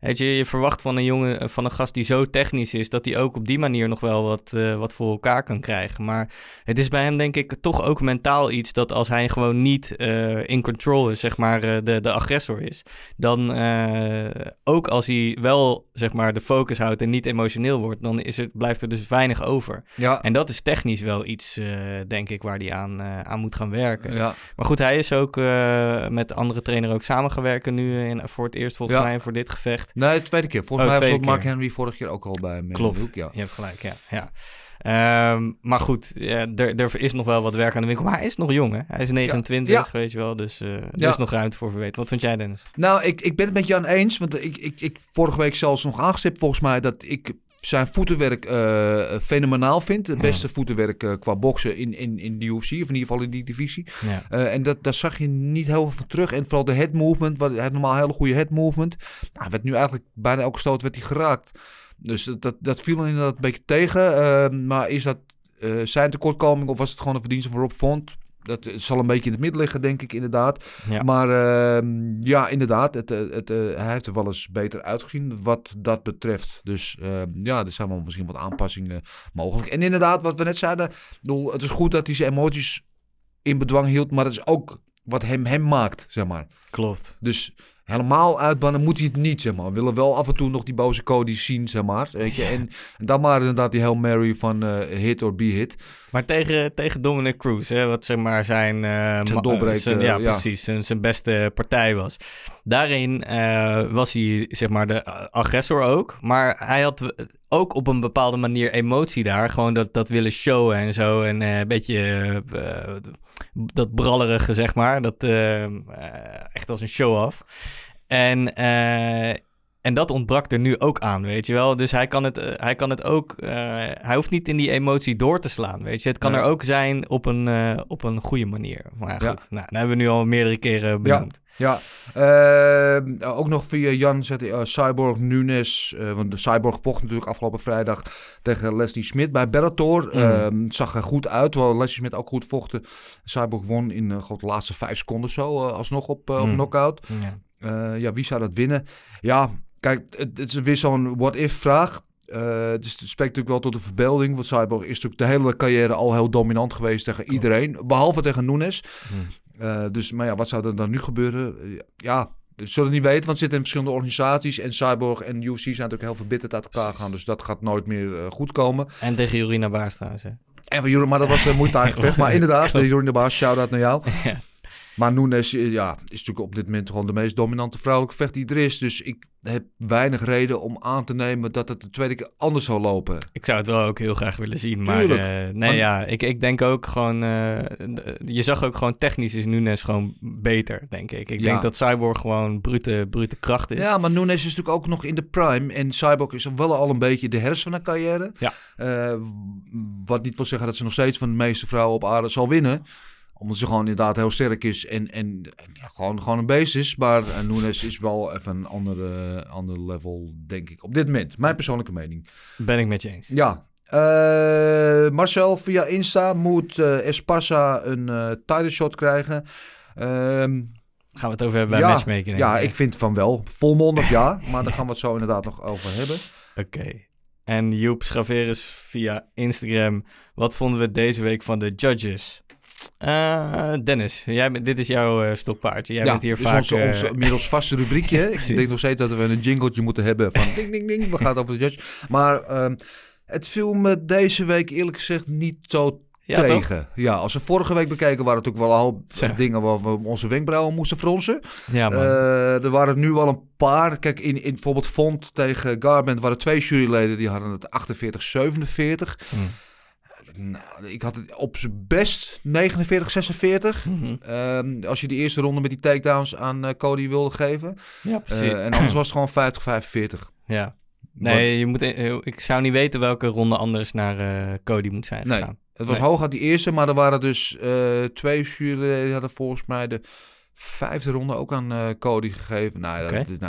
[SPEAKER 8] Weet je verwacht van een jongen, van een gast die zo technisch is, dat hij ook op die manier nog wel wat voor elkaar kan krijgen. Maar het is bij hem denk ik toch ook mentaal iets dat als hij gewoon niet in control is, zeg maar de agressor is, dan ook als hij wel zeg maar de focus houdt en niet emotioneel wordt, dan blijft er dus weinig over. Ja. En dat is technisch wel iets, denk ik, waar hij aan moet gaan werken. Ja. Maar goed, hij is ook met de andere trainer ook samengewerkt nu voor het eerst volgens mij voor dit gevecht.
[SPEAKER 7] Nee, de tweede keer. Volgens mij was Mark Henry vorig keer ook al bij hem.
[SPEAKER 8] Klopt,
[SPEAKER 7] in de hoek, ja.
[SPEAKER 8] Je hebt gelijk, ja. Maar goed, er is nog wel wat werk aan de winkel. Maar hij is nog jong, hè? Hij is 29, weet je wel. Dus er is nog ruimte voor verbeteren. Wat vind jij, Dennis?
[SPEAKER 7] Nou, ik ben het met Jan eens. Want ik vorige week zelfs nog aangestipt volgens mij dat ik zijn voetenwerk fenomenaal vind. Het beste voetenwerk qua boksen in de UFC. Of in ieder geval in die divisie. Ja. En daar zag je niet heel veel van terug. En vooral de head movement. Hij had normaal een hele goede head movement. Nou, werd nu eigenlijk bijna elke stoot werd hij geraakt. Dus dat viel inderdaad een beetje tegen. Maar is dat zijn tekortkoming of was het gewoon een verdienste van Rob Font? Dat zal een beetje in het midden liggen, denk ik, inderdaad. Ja. Maar inderdaad, hij heeft er wel eens beter uitgezien wat dat betreft. Dus er zijn wel misschien wat aanpassingen mogelijk. En inderdaad, wat we net zeiden, het is goed dat hij zijn emoties in bedwang hield, maar het is ook wat hem maakt, zeg maar.
[SPEAKER 8] Klopt.
[SPEAKER 7] Dus helemaal uitbannen moet hij het niet, zeg maar. We willen wel af en toe nog die boze Cody zien, zeg maar. Weet je? En dan maar inderdaad die Hail Mary van hit or be hit.
[SPEAKER 8] Maar tegen Dominic Cruz, hè, wat zeg maar zijn doorbreek, precies, zijn beste partij was. Daarin was hij zeg maar de agressor ook. Maar hij had ook op een bepaalde manier emotie daar. Gewoon dat willen showen en zo. En een beetje dat brallerige, zeg maar. Dat echt als een show-off. En dat ontbrak er nu ook aan, weet je wel. Dus hij kan het ook... hij hoeft niet in die emotie door te slaan, weet je. Het kan er ook zijn op een goede manier. Maar goed, dat hebben we nu al meerdere keren benoemd.
[SPEAKER 7] Ja. Ook nog via Jan zette Cyborg Nunes. Want de Cyborg vocht natuurlijk afgelopen vrijdag tegen Leslie Smith bij Bellator. Het zag er goed uit, terwijl Leslie Smith ook goed vochten. Cyborg won in de laatste 5 seconden zo, alsnog op knockout. Wie zou dat winnen? Ja, kijk, het is weer zo'n what-if vraag. Het spreekt natuurlijk wel tot de verbeelding. Want Cyborg is natuurlijk de hele carrière al heel dominant geweest tegen iedereen. Behalve tegen Nunes. Maar wat zou er dan nu gebeuren? We zullen het niet weten, want het zit in verschillende organisaties. En Cyborg en UFC zijn natuurlijk heel verbitterd uit elkaar gaan. Dus dat gaat nooit meer goed komen.
[SPEAKER 8] En tegen Jorina Baars trouwens, hè?
[SPEAKER 7] En van maar dat was een moeite aangevecht. Maar inderdaad, de Jorina Baars, shout-out naar jou. Ja. Maar Nunes is natuurlijk op dit moment gewoon de meest dominante vrouwelijke vechter die er is. Dus ik heb weinig reden om aan te nemen dat het de tweede keer anders zou lopen.
[SPEAKER 8] Ik zou het wel ook heel graag willen zien. Maar ik denk ook gewoon... je zag ook gewoon technisch is Nunes gewoon beter, denk ik. Ik denk dat Cyborg gewoon brute kracht is.
[SPEAKER 7] Ja, maar Nunes is natuurlijk ook nog in de prime. En Cyborg is wel al een beetje de herfst van haar carrière. Ja. Wat niet wil zeggen dat ze nog steeds van de meeste vrouwen op aarde zal winnen. Omdat ze gewoon inderdaad heel sterk is en gewoon een beest is. Maar Nunes is wel even een andere level, denk ik. Op dit moment. Mijn persoonlijke mening.
[SPEAKER 8] Ben ik met je eens.
[SPEAKER 7] Ja. Marcel, via Insta moet Esparza een title shot krijgen.
[SPEAKER 8] Gaan we het over hebben bij matchmaking?
[SPEAKER 7] Ja, ik vind van wel. Volmondig maar daar gaan we het zo inderdaad nog over hebben.
[SPEAKER 8] Oké. En Joep Schaveris via Instagram. Wat vonden we deze week van de judges? Dennis, dit is jouw stokpaardje. Jij bent hier vaak...
[SPEAKER 7] ons inmiddels vaste rubriekje. Ik denk nog steeds dat we een jingletje moeten hebben van ding, ding, ding. We gaan over de judge. Maar het viel me deze week eerlijk gezegd niet zo tegen. Toch? Ja, als we vorige week bekeken waren het ook wel al dingen waar we onze wenkbrauwen moesten fronsen. Ja, man. Er waren nu wel een paar. Kijk, in bijvoorbeeld Font tegen Garbrandt waren 2 juryleden die hadden het 48-47. Nou, ik had het op zijn best 49-46. Als je die eerste ronde met die takedowns aan Cody wilde geven. Ja, precies. En anders was het gewoon 50-45.
[SPEAKER 8] Ja. Nee, ik zou niet weten welke ronde anders naar Cody moet zijn gegaan.
[SPEAKER 7] Het was hoog uit die eerste, maar er waren dus 2 juryleden die hadden volgens mij de 5e ronde ook aan Cody gegeven. Nou, dat is,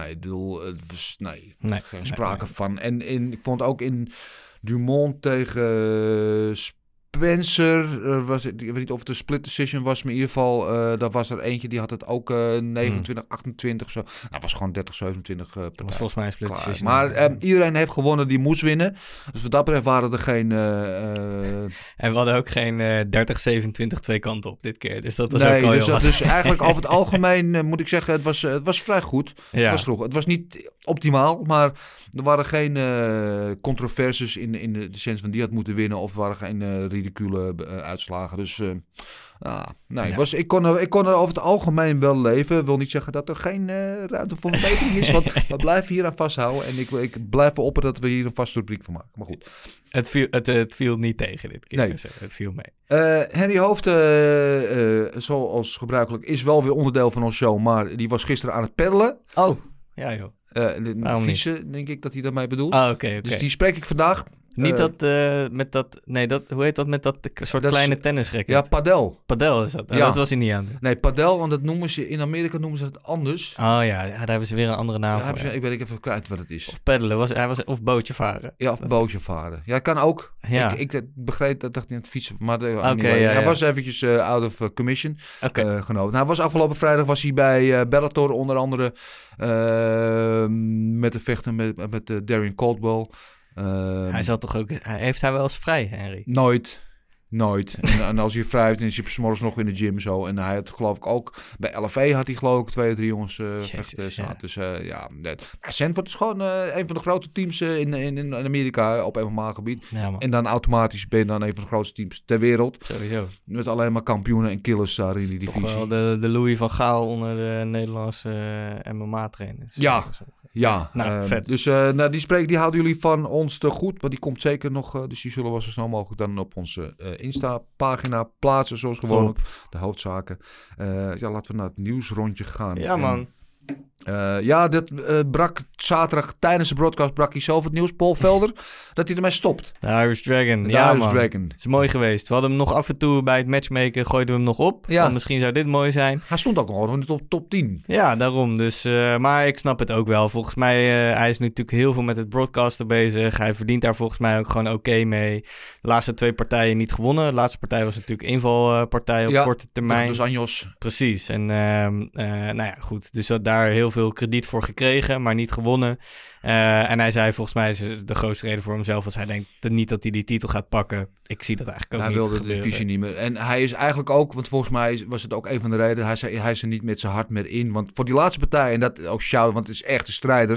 [SPEAKER 7] geen sprake van. En ik vond ook in Dumont tegen Spencer, ik weet niet of het een split decision was, maar in ieder geval, daar was er eentje, die had het ook 29, 28 zo. Nou, het was gewoon 30, 27 partij.
[SPEAKER 8] Dat was volgens mij een split decision.
[SPEAKER 7] Maar iedereen heeft gewonnen die moest winnen. Dus wat dat betreft waren er geen...
[SPEAKER 8] En we hadden ook geen 30, 27 twee kanten op dit keer. Dus dat was ook wel
[SPEAKER 7] dus eigenlijk over het algemeen moet ik zeggen, het was vrij goed.
[SPEAKER 8] Ja.
[SPEAKER 7] Het was niet optimaal, maar er waren geen controversies in de sens van die had moeten winnen of er waren geen ridicule uitslagen. Dus ik kon er over het algemeen wel leven. Ik wil niet zeggen dat er geen ruimte voor verbetering is, want we blijven hier aan vasthouden en ik blijf erop dat we hier een vaste rubriek van maken. Maar goed.
[SPEAKER 8] Het viel niet tegen dit keer.
[SPEAKER 7] Nee.
[SPEAKER 8] Dus, het viel mee.
[SPEAKER 7] Henry Hooft, zoals gebruikelijk, is wel weer onderdeel van onze show, maar die was gisteren aan het peddelen.
[SPEAKER 8] Oh, ja joh.
[SPEAKER 7] Fietsen, denk ik dat hij daarmee bedoelt.
[SPEAKER 8] Oké.
[SPEAKER 7] Dus die spreek ik vandaag.
[SPEAKER 8] Niet hoe heet dat met dat soort kleine tennisracket?
[SPEAKER 7] Ja, padel
[SPEAKER 8] is dat.
[SPEAKER 7] Ja.
[SPEAKER 8] Dat was hij niet aan.
[SPEAKER 7] Nee, padel, want dat noemen ze in Amerika het anders.
[SPEAKER 8] Oh ja, daar hebben ze weer een andere naam voor.
[SPEAKER 7] Ik ben even kwijt wat het is.
[SPEAKER 8] Of peddelen, of bootje varen.
[SPEAKER 7] Ja, of bootje varen. Ja, kan ook.
[SPEAKER 8] Ja.
[SPEAKER 7] Ik begreep dat, dacht ik aan het fietsen. Maar
[SPEAKER 8] hij
[SPEAKER 7] was eventjes out of commission genomen. Hij was afgelopen vrijdag bij Bellator onder andere met de vechten met Darren Caldwell.
[SPEAKER 8] Heeft hij wel eens vrij, Henry?
[SPEAKER 7] Nooit. En als hij vrij heeft, dan is hij 's morgens nog in de gym zo. En hij had geloof ik ook... Bij LFE had hij geloof ik 2 of 3 jongens vechten. Ja. Dus maar Sanford is gewoon een van de grote teams in Amerika op MMA-gebied.
[SPEAKER 8] Ja,
[SPEAKER 7] en dan automatisch ben je dan een van de grootste teams ter wereld.
[SPEAKER 8] Sowieso.
[SPEAKER 7] Met alleen maar kampioenen en killers daar in die divisie.
[SPEAKER 8] Toch wel de Louis van Gaal onder de Nederlandse MMA-trainers.
[SPEAKER 7] Ja,
[SPEAKER 8] vet.
[SPEAKER 7] Dus die houden jullie van ons te goed. Maar die komt zeker nog. Dus die zullen we zo snel mogelijk dan op onze Insta-pagina plaatsen. Zoals gewoonlijk. De hoofdzaken. Laten we naar het nieuwsrondje gaan.
[SPEAKER 8] Ja, man.
[SPEAKER 7] Dit brak zaterdag tijdens de broadcast brak hij zelf het nieuws, Paul Felder, dat hij ermee stopt.
[SPEAKER 8] De Irish Dragon.
[SPEAKER 7] Dragon.
[SPEAKER 8] Het is mooi geweest. We hadden hem nog af en toe bij het matchmaken, gooiden we hem nog op.
[SPEAKER 7] Ja.
[SPEAKER 8] Van, misschien zou dit mooi zijn.
[SPEAKER 7] Hij stond ook al in de top 10.
[SPEAKER 8] Ja, daarom. Dus, maar ik snap het ook wel. Volgens mij, hij is nu natuurlijk heel veel met het broadcasten bezig. Hij verdient daar volgens mij ook gewoon oké mee. De laatste 2 partijen niet gewonnen. De laatste partij was natuurlijk invalpartij op korte termijn.
[SPEAKER 7] Dus Anjos.
[SPEAKER 8] Precies. En goed. Dus daar heel veel krediet voor gekregen, maar niet gewonnen. En hij zei, volgens mij is de grootste reden voor hemzelf als hij denkt niet dat hij die titel gaat pakken. Ik zie dat eigenlijk ook niet gebeuren.
[SPEAKER 7] Hij wilde de divisie niet meer. En hij is eigenlijk ook, want volgens mij was het ook een van de redenen, hij is er niet met zijn hart meer in. Want voor die laatste partij, en dat ook shout, want het is echt een strijder,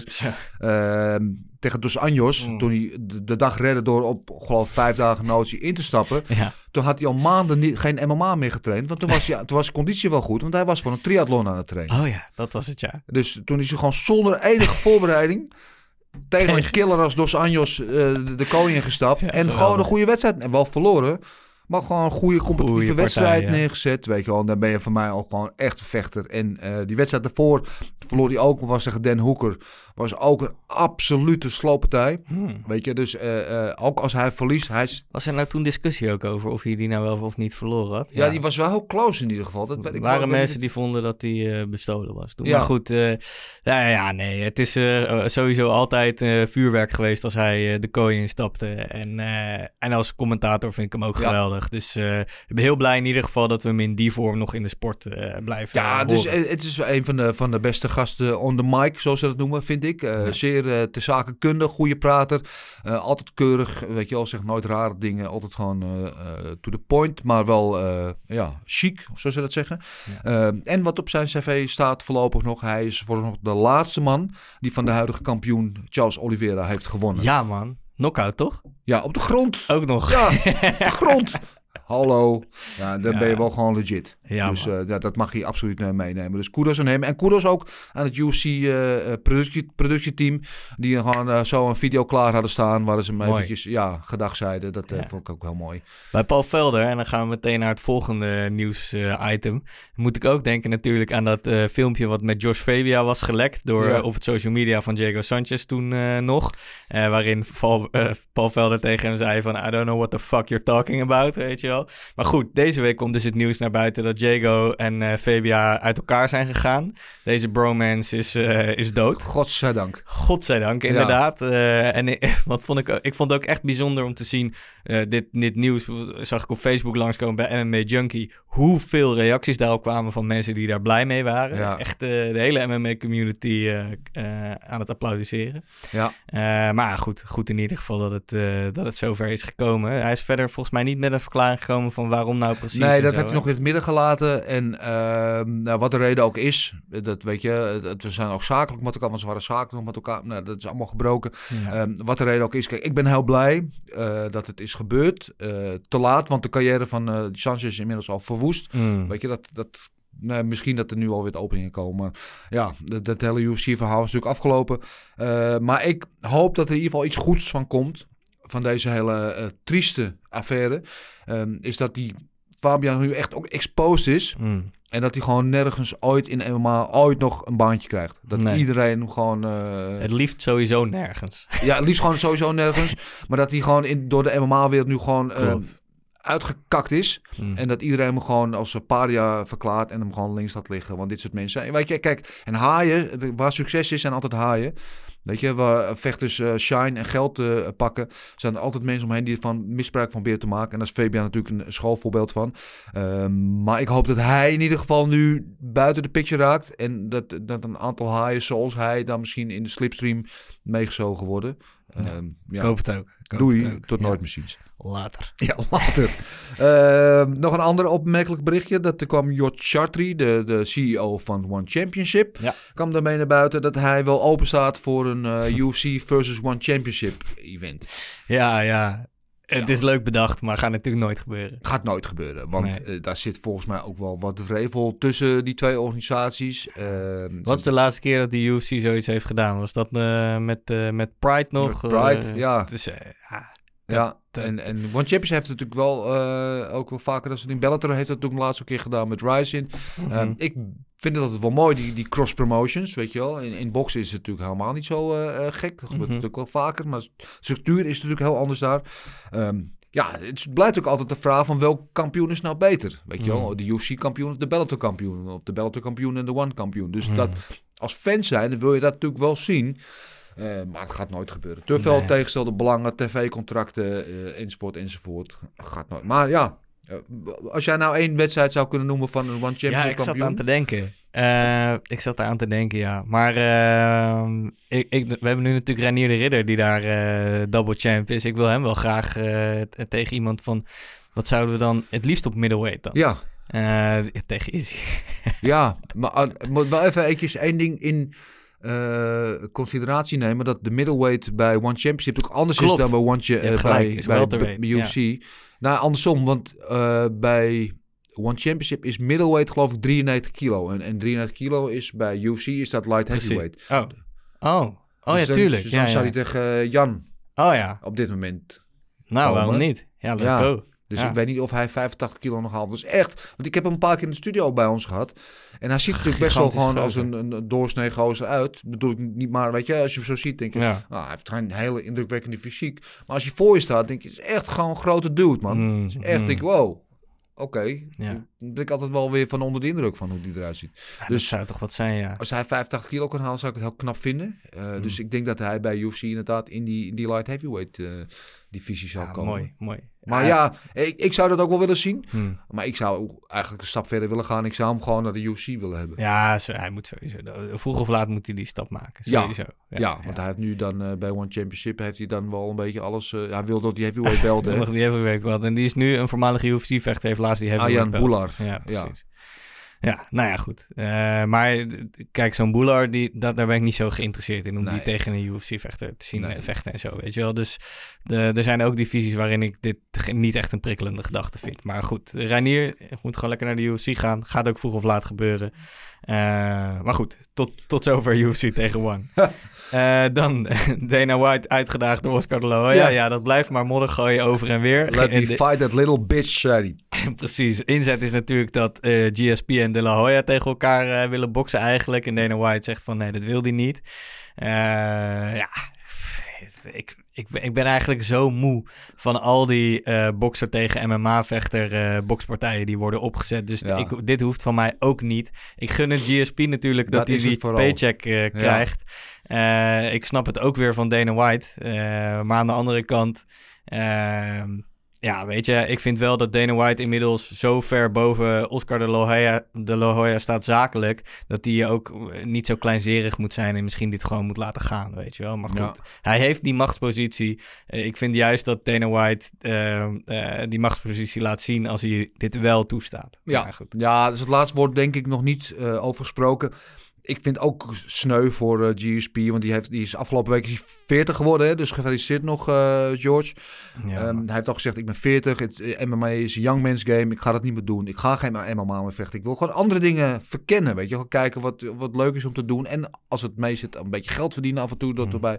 [SPEAKER 7] tegen Dos Anjos, toen hij de dag redde door op, geloof 5 dagen notie in te stappen.
[SPEAKER 8] Ja.
[SPEAKER 7] Toen had hij al maanden geen MMA meer getraind. Want toen was de conditie wel goed, want hij was voor een triathlon aan het trainen.
[SPEAKER 8] Oh ja, dat was het, ja.
[SPEAKER 7] Dus toen is hij gewoon zonder enige voorbereiding tegen een killer als Dos Anjos de koning gestapt. Ja, en gewoon een goede wedstrijd. En wel verloren. Maar gewoon een goede competitieve wedstrijd neergezet. Weet je wel. En dan ben je voor mij ook gewoon echt een vechter. En die wedstrijd daarvoor verloor hij ook. Was tegen Dan Hooker. Was ook een absolute slooppartij. Weet je. Dus ook als hij verliest.
[SPEAKER 8] Was er nou toen discussie ook over of hij die nou wel of niet verloren had?
[SPEAKER 7] Ja, die was wel heel close in ieder geval. Dat weet ik
[SPEAKER 8] waren mensen die vonden dat hij bestolen was toen.
[SPEAKER 7] Ja.
[SPEAKER 8] Maar goed. Nee. Het is sowieso altijd vuurwerk geweest als hij de kooi instapte. En als commentator vind ik hem ook geweldig. Dus ik ben heel blij in ieder geval dat we hem in die vorm nog in de sport blijven horen.
[SPEAKER 7] Dus het is een van de beste gasten on the mic, zoals ze dat noemen, vind ik. Zeer ter zake kundig, goede prater. Altijd keurig, weet je wel, zegt nooit rare dingen. Altijd gewoon to the point, maar wel chic, zoals ze dat zeggen. Ja. En wat op zijn cv staat voorlopig nog, hij is voorlopig nog de laatste man die van de huidige kampioen Charles Oliveira heeft gewonnen.
[SPEAKER 8] Ja man. Knockout, toch?
[SPEAKER 7] Ja, op de grond.
[SPEAKER 8] Ook nog.
[SPEAKER 7] Ja, op de grond. Hallo. Ja, dan ben je wel gewoon legit.
[SPEAKER 8] Ja,
[SPEAKER 7] dus dat mag je absoluut meenemen. Dus kudos aan hem. En kudos ook aan het UFC productieteam. Die gewoon zo een video klaar hadden staan. Waar ze hem eventjes gedag zeiden. Dat vond ik ook heel mooi.
[SPEAKER 8] Bij Paul Felder, en dan gaan we meteen naar het volgende nieuws-item. Moet ik ook denken natuurlijk aan dat filmpje wat met Josh Fabia was gelekt. Op het social media van Diego Sanchez toen nog. Waarin Paul Felder tegen hem zei van I don't know what the fuck you're talking about. Weet je wel. wel. Maar goed, deze week komt dus het nieuws naar buiten dat Diego en Fabia uit elkaar zijn gegaan. Deze bromance is dood.
[SPEAKER 7] Godzijdank.
[SPEAKER 8] Godzijdank, inderdaad. Ja. Ik vond het ook echt bijzonder om te zien, dit nieuws zag ik op Facebook langskomen bij MMA Junkie, hoeveel reacties daarop kwamen van mensen die daar blij mee waren. Ja. Echt de hele MMA-community aan het applaudisseren.
[SPEAKER 7] Ja.
[SPEAKER 8] Maar goed in ieder geval dat het zover is gekomen. Hij is verder volgens mij niet met een verklaring gekomen van waarom nou precies.
[SPEAKER 7] Nee, dat heeft hij nog in het midden gelaten. En wat de reden ook is, dat weet je, we zijn ook zakelijk met elkaar, want ze waren zakelijk nog met elkaar. Nou, dat is allemaal gebroken. Ja. Wat de reden ook is, kijk, ik ben heel blij dat het is gebeurd. Te laat, want de carrière van Sanchez is inmiddels al verwoest. Weet je, misschien dat er nu alweer openingen komen. Maar ja, dat hele UFC-verhaal is natuurlijk afgelopen. Maar ik hoop dat er in ieder geval iets goeds van komt. Van deze hele trieste affaire. Is dat die Fabian nu echt ook exposed is. En dat hij gewoon nergens ooit in MMA ooit nog een baantje krijgt. Dat iedereen gewoon...
[SPEAKER 8] Het liefst sowieso nergens.
[SPEAKER 7] Ja, het liefst gewoon sowieso nergens. Maar dat hij gewoon door de MMA-wereld nu gewoon... uitgekakt is. En dat iedereen hem gewoon als paria verklaart en hem gewoon links laat liggen. Want dit soort mensen... Weet je, kijk, en haaien, waar succes is, zijn altijd haaien. Weet je, waar vechters shine en geld pakken, zijn er altijd mensen omheen die van misbruik van proberen te maken. En daar is Fabian natuurlijk een schoolvoorbeeld van. Maar ik hoop dat hij in ieder geval nu buiten de picture raakt. En dat een aantal haaien zoals hij dan misschien in de slipstream meegezogen worden.
[SPEAKER 8] Ik hoop het ook.
[SPEAKER 7] Doei, tot nooit misschien.
[SPEAKER 8] Later.
[SPEAKER 7] Ja, later. Nog een ander opmerkelijk berichtje. Dat er kwam George Chartry, de CEO van One Championship. Ja. Kwam daarmee naar buiten dat hij wel open staat voor een UFC versus One Championship event.
[SPEAKER 8] Ja. Het is leuk bedacht, maar gaat natuurlijk nooit gebeuren.
[SPEAKER 7] Gaat nooit gebeuren, want daar zit volgens mij ook wel wat wrevel tussen die twee organisaties.
[SPEAKER 8] Wat is de laatste keer dat de UFC zoiets heeft gedaan? Was dat met Pride nog?
[SPEAKER 7] Met Pride, ja.
[SPEAKER 8] Dus,
[SPEAKER 7] en One Champions heeft het natuurlijk wel ook wel vaker. Dat in Bellator heeft het natuurlijk laatst een keer gedaan met Ryzen. Ik vind het altijd wel mooi, die cross promotions, weet je wel. In boksen is het natuurlijk helemaal niet zo gek. Dat gebeurt natuurlijk wel vaker, maar de structuur is natuurlijk heel anders daar. Het blijft ook altijd de vraag van welk kampioen is nou beter. Weet je wel, de UFC-kampioen of de Bellator-kampioen. Of de Bellator-kampioen en de One-kampioen. Dus dat als fan zijn, dan wil je dat natuurlijk wel zien. Maar het gaat nooit gebeuren. Te veel tegengestelde belangen, tv-contracten, enzovoort. Gaat nooit. Maar ja, als jij nou één wedstrijd zou kunnen noemen van een One Championship kampioen.
[SPEAKER 8] Ja, ik zat aan te denken. Ja. Maar we hebben nu natuurlijk Reinier de Ridder die daar double champ is. Ik wil hem wel graag tegen iemand van... Wat zouden we dan het liefst op middleweight dan?
[SPEAKER 7] Ja.
[SPEAKER 8] Tegen Izzy.
[SPEAKER 7] Ja, maar moet wel even eventjes één ding in... consideratie nemen dat de middleweight bij One Championship ook anders is dan bij UFC. Ja. Nou, andersom, want bij One Championship is middleweight geloof ik 93 kilo. En 93 kilo is bij UFC is dat light heavyweight.
[SPEAKER 8] Oh
[SPEAKER 7] dus
[SPEAKER 8] ja, tuurlijk.
[SPEAKER 7] Dus dan zou hij tegen Jan op dit moment
[SPEAKER 8] Nou, waarom niet? Ja, let's go.
[SPEAKER 7] Dus ik weet niet of hij 85 kilo nog haalt. Dus echt, want ik heb hem een paar keer in de studio bij ons gehad. En hij ziet natuurlijk best wel gewoon als een doorsnee gozer uit. Bedoel ik niet, maar weet je, als je hem zo ziet, denk je... hij heeft geen hele indrukwekkende fysiek. Maar als je voor je staat, denk je, het is echt gewoon een grote dude, man. Het is echt, denk ik, wow. Oké. Dan ben ik altijd wel weer van onder de indruk van hoe die eruit ziet.
[SPEAKER 8] Ja, dus dat zou toch wat zijn, ja.
[SPEAKER 7] Als hij 85 kilo kan halen, zou ik het heel knap vinden. Dus ik denk dat hij bij UFC inderdaad in die light heavyweight divisie zou komen.
[SPEAKER 8] Mooi.
[SPEAKER 7] Maar ik zou dat ook wel willen zien. Maar ik zou eigenlijk een stap verder willen gaan. Ik zou hem gewoon naar de UFC willen hebben.
[SPEAKER 8] Ja, hij moet sowieso. Vroeg of laat moet hij die stap maken. Sowieso.
[SPEAKER 7] Ja, want hij heeft nu dan bij One Championship heeft hij dan wel een beetje alles. Hij wil dat die heavyweight belt.
[SPEAKER 8] Hij wil die heavyweight belt. En die is nu een voormalige UFC-vechter. Heeft laatst die heavyweight belt.
[SPEAKER 7] Boulard.
[SPEAKER 8] Ja, precies. Ja, nou ja, goed. Maar kijk, zo'n Boulard, daar ben ik niet zo geïnteresseerd in... om die tegen een UFC-vechter te zien vechten en zo, weet je wel. Dus er zijn ook divisies waarin ik dit niet echt een prikkelende gedachte vind. Maar goed, Reinier moet gewoon lekker naar de UFC gaan. Gaat ook vroeg of laat gebeuren. Maar goed, tot zover UFC tegen One. Dan Dana White uitgedaagd door Oscar de la Hoya. Ja, dat blijft maar modder gooien over en weer.
[SPEAKER 7] Let me fight that little bitch, zei hij.
[SPEAKER 8] Precies. Inzet is natuurlijk dat GSP en de la Hoya tegen elkaar willen boksen eigenlijk. En Dana White zegt van nee, dat wil hij niet. ik ben eigenlijk zo moe van al die bokser tegen MMA-vechter bokspartijen die worden opgezet. Dus dit hoeft van mij ook niet. Ik gun het GSP natuurlijk dat hij die paycheck krijgt. Ik snap het ook weer van Dana White. Maar aan de andere kant... ja, weet je, ik vind wel dat Dana White inmiddels zo ver boven Oscar de La Hoya staat zakelijk, dat hij ook niet zo kleinzerig moet zijn en misschien dit gewoon moet laten gaan, weet je wel. Maar goed, hij heeft die machtspositie. Ik vind juist dat Dana White die machtspositie laat zien als hij dit wel toestaat.
[SPEAKER 7] Ja, goed. Ja, dus het laatste woord denk ik nog niet over gesproken. Ik vind ook sneu voor GSP, want die is afgelopen week 40 geworden. Hè? Dus gefeliciteerd nog, George. Ja, hij heeft al gezegd, ik ben 40. MMA is een young man's game. Ik ga dat niet meer doen. Ik ga geen MMA meer vechten. Ik wil gewoon andere dingen verkennen. Weet je, gewoon kijken wat leuk is om te doen. En als het mee zit, een beetje geld verdienen af en toe dat erbij.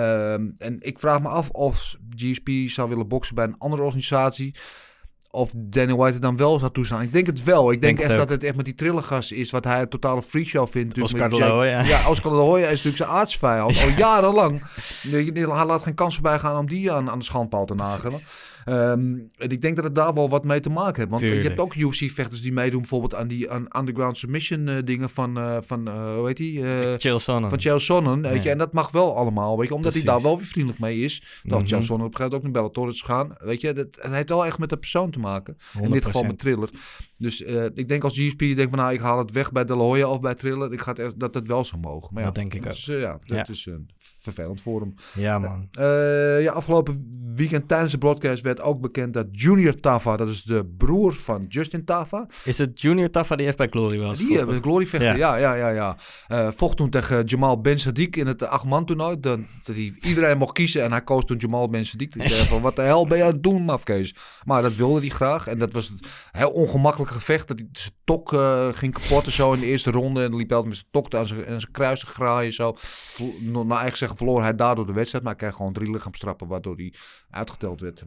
[SPEAKER 7] En ik vraag me af of GSP zou willen boksen bij een andere organisatie. Of Dana White er dan wel zou toestaan. Ik denk het wel. Ik denk echt dat het echt met die trillergas is wat hij een totale freakshow vindt.
[SPEAKER 8] Oscar de La Hoya.
[SPEAKER 7] Ja, Oscar de La Hoya is natuurlijk zijn aardsvijand. Al jarenlang. Hij laat geen kans voorbij gaan om die aan de schandpaal te nagelen. En ik denk dat het daar wel wat mee te maken heeft. Want je hebt ook UFC-vechters die meedoen bijvoorbeeld aan die underground submission dingen van hoe heet die?
[SPEAKER 8] Chael Sonnen.
[SPEAKER 7] Van Chael Sonnen. Weet je, en dat mag wel allemaal, weet je, omdat hij daar wel weer vriendelijk mee is. Dat Chael Sonnen op een gegeven moment ook naar Bellator is gegaan. Weet je, het heeft wel echt met de persoon te maken. 100%. In dit geval met Triller. Dus ik denk als GSP denkt van ik haal het weg bij De La Hoya of bij Triller. Ik ga dat het wel zou mogen. Maar
[SPEAKER 8] dat denk ik ook.
[SPEAKER 7] Dat is vervelend voor hem.
[SPEAKER 8] Ja, man.
[SPEAKER 7] Afgelopen weekend tijdens de broadcast werd ook bekend dat Junior Tafa, dat is de broer van Justin Tafa.
[SPEAKER 8] Is het Junior Tafa die heeft bij Glory was?
[SPEAKER 7] Die hebben Glory vechten, ja. Vocht toen tegen Jamal Ben Sadiq in het 8-man toernooi. Dat iedereen mocht kiezen en hij koos toen Jamal Ben Sadiq. Ik dacht van, wat de hel ben je aan het doen, mafkees? Maar dat wilde hij graag. En dat was een heel ongemakkelijk gevecht. Dat zijn tok ging kapot en zo in de eerste ronde. En dan liep hij altijd met zijn tok aan zijn kruis te graaien. Zo. Naar eigen zeggen verloor hij daardoor de wedstrijd. Maar hij kreeg gewoon 3 lichaamstrappen waardoor hij uitgeteld werd.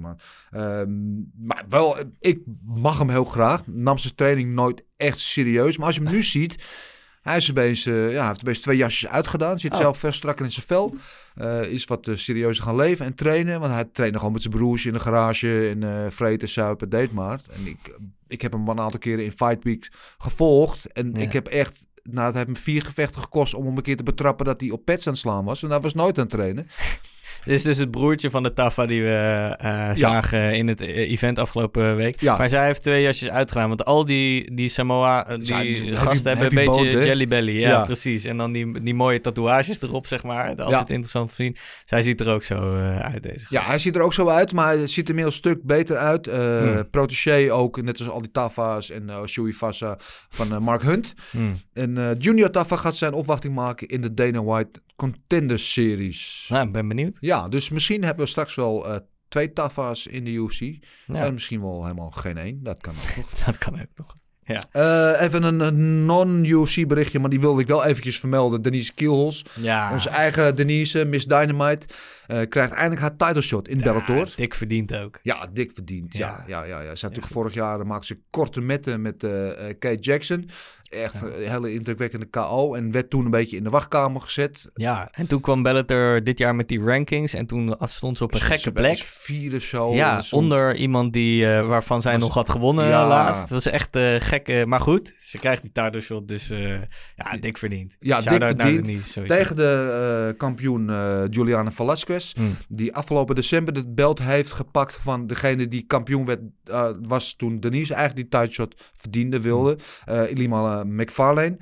[SPEAKER 7] Maar wel, ik mag hem heel graag. Nam zijn training nooit echt serieus. Maar als je hem nu ziet, hij is opeens, heeft opeens 2 jasjes uitgedaan. Zit zelf veel strakker in zijn vel. Is wat serieuzer gaan leven en trainen. Want hij trainde gewoon met zijn broers in de garage. En vreten, suipen, deed maar. En ik heb hem een aantal keren in Fight Week gevolgd. En ik heb echt... Nou, het heeft me 4 gevechten gekost om hem een keer te betrappen dat hij op pads aan het slaan was. En hij was nooit aan het trainen.
[SPEAKER 8] Dit is dus het broertje van de Tafa die we zagen in het event afgelopen week. Ja. Maar zij heeft 2 jasjes uitgedaan. Want al die Samoa, gasten hebben een beetje Jelly Belly. Ja, precies. En dan die mooie tatoeages erop, zeg maar. Altijd interessant te zien. Zij ziet er ook zo uit, deze gast. Ja, hij ziet er ook zo uit, maar hij ziet er inmiddels een stuk beter uit. Protégé ook, net als al die Tafa's en Shui Fassa van Mark Hunt. En Junior Tafa gaat zijn opwachting maken in de Dana White Contender Series. Nou, ik ben benieuwd.
[SPEAKER 7] Ja, dus misschien hebben we straks wel 2 Tafa's in de UFC. Ja. En misschien wel helemaal geen 1. Dat kan ook nog.
[SPEAKER 8] Dat kan ook nog. Ja.
[SPEAKER 7] Even een non-UFC berichtje, maar die wilde ik wel eventjes vermelden. Denise Kielholz, onze eigen Denise, Miss Dynamite, krijgt eindelijk haar title shot in Bellator.
[SPEAKER 8] Dik verdiend ook.
[SPEAKER 7] Ja, dik verdiend. Ja. Ze had natuurlijk vorig jaar maakte ze korte metten met Kate Jackson. Echt een hele indrukwekkende KO. En werd toen een beetje in de wachtkamer gezet.
[SPEAKER 8] Ja, en toen kwam Bellator dit jaar met die rankings. En toen stond ze op een gekke plek.
[SPEAKER 7] 4 of zo.
[SPEAKER 8] Ja, onder iemand waarvan zij nog had gewonnen laatst. Dat was echt gekke. Maar goed, ze krijgt die title shot. Dus dik verdiend. Ja, dik verdiend.
[SPEAKER 7] Tegen de kampioen Juliana Velasquez. Die afgelopen december het belt heeft gepakt van degene die kampioen werd. Was toen Denise eigenlijk die title shot wilde. Ilima McFarlane.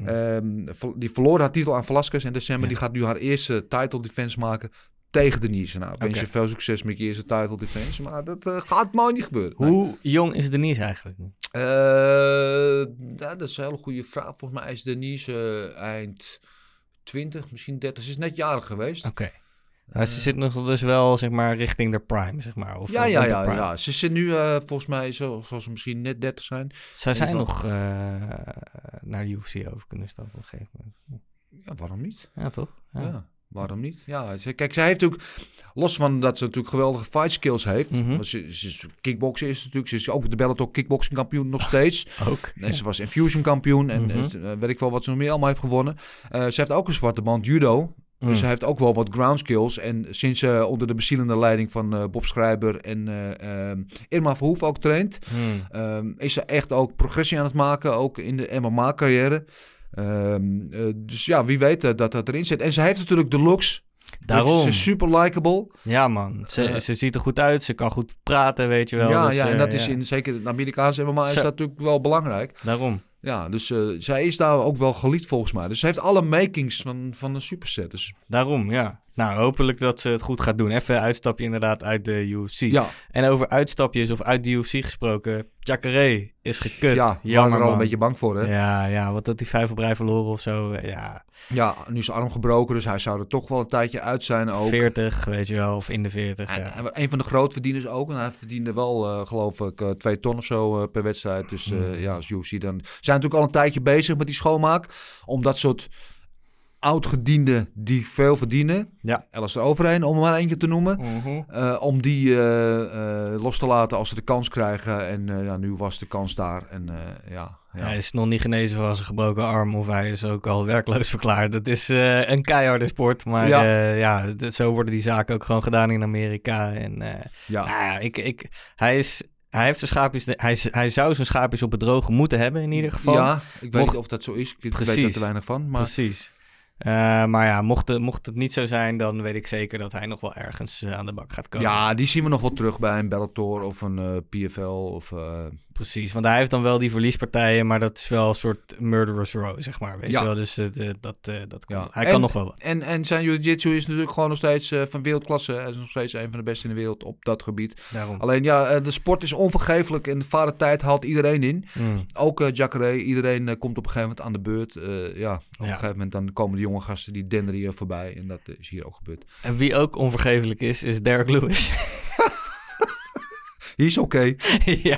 [SPEAKER 7] Die verloor haar titel aan Velasquez in december. Die gaat nu haar eerste title defense maken tegen Denise. Nou, wens je veel succes met je eerste title defense. Maar dat gaat mooi niet gebeuren.
[SPEAKER 8] Hoe jong is Denise eigenlijk?
[SPEAKER 7] Dat is een hele goede vraag. Volgens mij is Denise eind 20, misschien 30. Ze is net jarig geweest.
[SPEAKER 8] Oké. Ze zit nog dus wel, zeg maar, richting de prime, zeg maar. Of
[SPEAKER 7] ja. Ze zit nu, volgens mij, zoals ze misschien net 30 zijn.
[SPEAKER 8] Zou zij nog naar UFC over kunnen stappen op een gegeven moment?
[SPEAKER 7] Ja, waarom niet?
[SPEAKER 8] Ja, toch?
[SPEAKER 7] Ja. Waarom niet? Ja, kijk, zij heeft natuurlijk, los van dat ze natuurlijk geweldige fight skills heeft. Ze kickboksen is natuurlijk, ze is ook de Bellator kickboxing kampioen nog steeds.
[SPEAKER 8] Ook.
[SPEAKER 7] En ze was Infusion kampioen en weet ik wel wat ze nog meer allemaal heeft gewonnen. Ze heeft ook een zwarte band judo. Dus hij heeft ook wel wat ground skills. En sinds onder de bezielende leiding van Bob Schrijber en Irma Verhoef ook traint, is hij echt ook progressie aan het maken, ook in de MMA-carrière. Dus ja, wie weet dat erin zit. En ze heeft natuurlijk de looks.
[SPEAKER 8] Daarom.
[SPEAKER 7] Ze is super likable.
[SPEAKER 8] Ja, man. Ze ziet er goed uit. Ze kan goed praten, weet je wel.
[SPEAKER 7] Ja,
[SPEAKER 8] dus,
[SPEAKER 7] en dat is zeker in de Amerikaanse MMA is dat natuurlijk wel belangrijk.
[SPEAKER 8] Daarom.
[SPEAKER 7] Ja, dus zij is daar ook wel geliefd volgens mij. Dus ze heeft alle makings van een superster. Dus.
[SPEAKER 8] Daarom, ja. Nou, hopelijk dat ze het goed gaat doen. Even een uitstapje inderdaad uit de UFC.
[SPEAKER 7] Ja.
[SPEAKER 8] En over uitstapjes of uit de UFC gesproken. Jacare is gekut.
[SPEAKER 7] Ja, we waren er al een beetje bang voor, hè?
[SPEAKER 8] Ja, wat dat die 5 op rij verloren of zo.
[SPEAKER 7] Ja, nu is zijn arm gebroken, dus hij zou er toch wel een tijdje uit zijn ook.
[SPEAKER 8] 40, weet je wel, of in de 40.
[SPEAKER 7] En een van de grootverdieners ook. En hij verdiende wel, geloof ik, 2 ton of zo per wedstrijd. Dus als UFC dan... Ze zijn natuurlijk al een tijdje bezig met die schoonmaak. Om dat soort oud-gedienden die veel verdienen. Ja. Alistair Overeem, om er maar eentje te noemen. Om die los te laten als ze de kans krijgen. En nu was de kans daar. En ja.
[SPEAKER 8] Hij is nog niet genezen van zijn gebroken arm of hij is ook al werkloos verklaard. Dat is een keiharde sport, maar zo worden die zaken ook gewoon gedaan in Amerika. En hij heeft zijn schaapjes. Hij zou zijn schaapjes op het droge moeten hebben in ieder geval.
[SPEAKER 7] Ja, ik weet niet of dat zo is. Ik weet er te weinig van. Maar...
[SPEAKER 8] Precies. Maar ja, mocht het niet zo zijn, dan weet ik zeker dat hij nog wel ergens aan de bak gaat komen.
[SPEAKER 7] Ja, die zien we nog wel terug bij een Bellator of een PFL of...
[SPEAKER 8] Precies, want hij heeft dan wel die verliespartijen, maar dat is wel een soort murderous row, zeg maar. Weet je wel, dus hij kan nog wel wat.
[SPEAKER 7] En zijn jiu-jitsu is natuurlijk gewoon nog steeds van wereldklasse. Hij is nog steeds een van de beste in de wereld op dat gebied.
[SPEAKER 8] Daarom.
[SPEAKER 7] Alleen de sport is onvergeeflijk en de vadertijd haalt iedereen in. Ook Jacare, iedereen komt op een gegeven moment aan de beurt. Op een gegeven moment dan komen de jonge gasten die denderen hier voorbij en dat is hier ook gebeurd.
[SPEAKER 8] En wie ook onvergeeflijk is Derek Lewis.
[SPEAKER 7] Hij is oké.
[SPEAKER 8] Ja.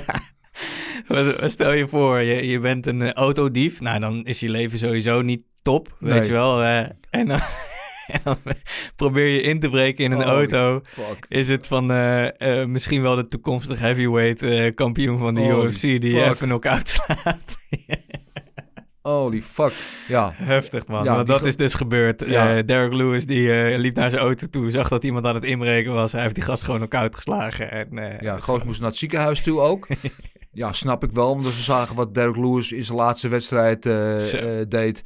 [SPEAKER 8] Stel je voor, je bent een autodief. Nou, dan is je leven sowieso niet top, weet je wel. En dan probeer je in te breken in een auto.
[SPEAKER 7] Fuck.
[SPEAKER 8] Is het van misschien wel de toekomstige heavyweight kampioen van de UFC... die je even knock-out slaat.
[SPEAKER 7] Holy fuck, ja.
[SPEAKER 8] Heftig, man. Want dat is dus gebeurd. Ja. Derek Lewis die liep naar zijn auto toe, zag dat iemand aan het inbreken was. Hij heeft die gast gewoon knock-out geslagen. En,
[SPEAKER 7] Goos moest naar het ziekenhuis toe ook. Ja, snap ik wel. Want als we zagen wat Derek Lewis in zijn laatste wedstrijd deed.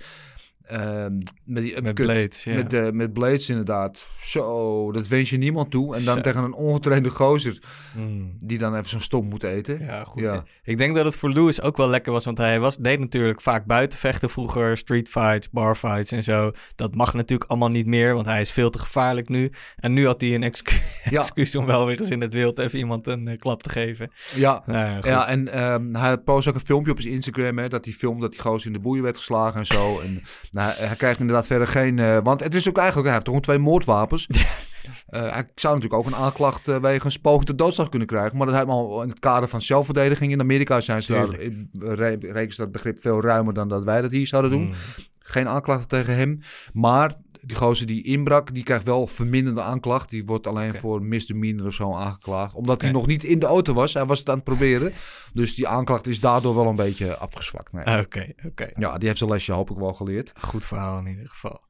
[SPEAKER 7] Met
[SPEAKER 8] Blades, ja.
[SPEAKER 7] Met Blades inderdaad. Zo, dat wens je niemand toe. En dan tegen een ongetrainde gozer die dan even zo'n stomp moet eten.
[SPEAKER 8] Ja, goed. Ja. Ik denk dat het voor Lewis ook wel lekker was, want hij deed natuurlijk vaak buitenvechten vroeger, street fights, bar fights en zo. Dat mag natuurlijk allemaal niet meer, want hij is veel te gevaarlijk nu. En nu had hij een excuus om wel weer eens in het wild even iemand een klap te geven.
[SPEAKER 7] Ja, en hij post ook een filmpje op zijn Instagram, hè, dat hij filmt dat die gozer in de boeien werd geslagen en zo. En hij krijgt inderdaad verder geen... want het is ook eigenlijk... Hij heeft toch gewoon 2 moordwapens. Hij zou natuurlijk ook een aanklacht wegens poging tot doodslag kunnen krijgen. Maar dat helemaal in het kader van zelfverdediging. In Amerika zijn ze rekenen ze dat begrip veel ruimer dan dat wij dat hier zouden doen. Geen aanklachten tegen hem. Maar die gozer die inbrak, die krijgt wel verminderde aanklacht. Die wordt alleen voor misdemeanor of zo aangeklaagd. Omdat hij nog niet in de auto was. Hij was het aan het proberen. Dus die aanklacht is daardoor wel een beetje afgezwakt. Nee.
[SPEAKER 8] Oké.
[SPEAKER 7] Ja, die heeft zijn lesje hoop ik wel geleerd.
[SPEAKER 8] Goed verhaal in ieder geval.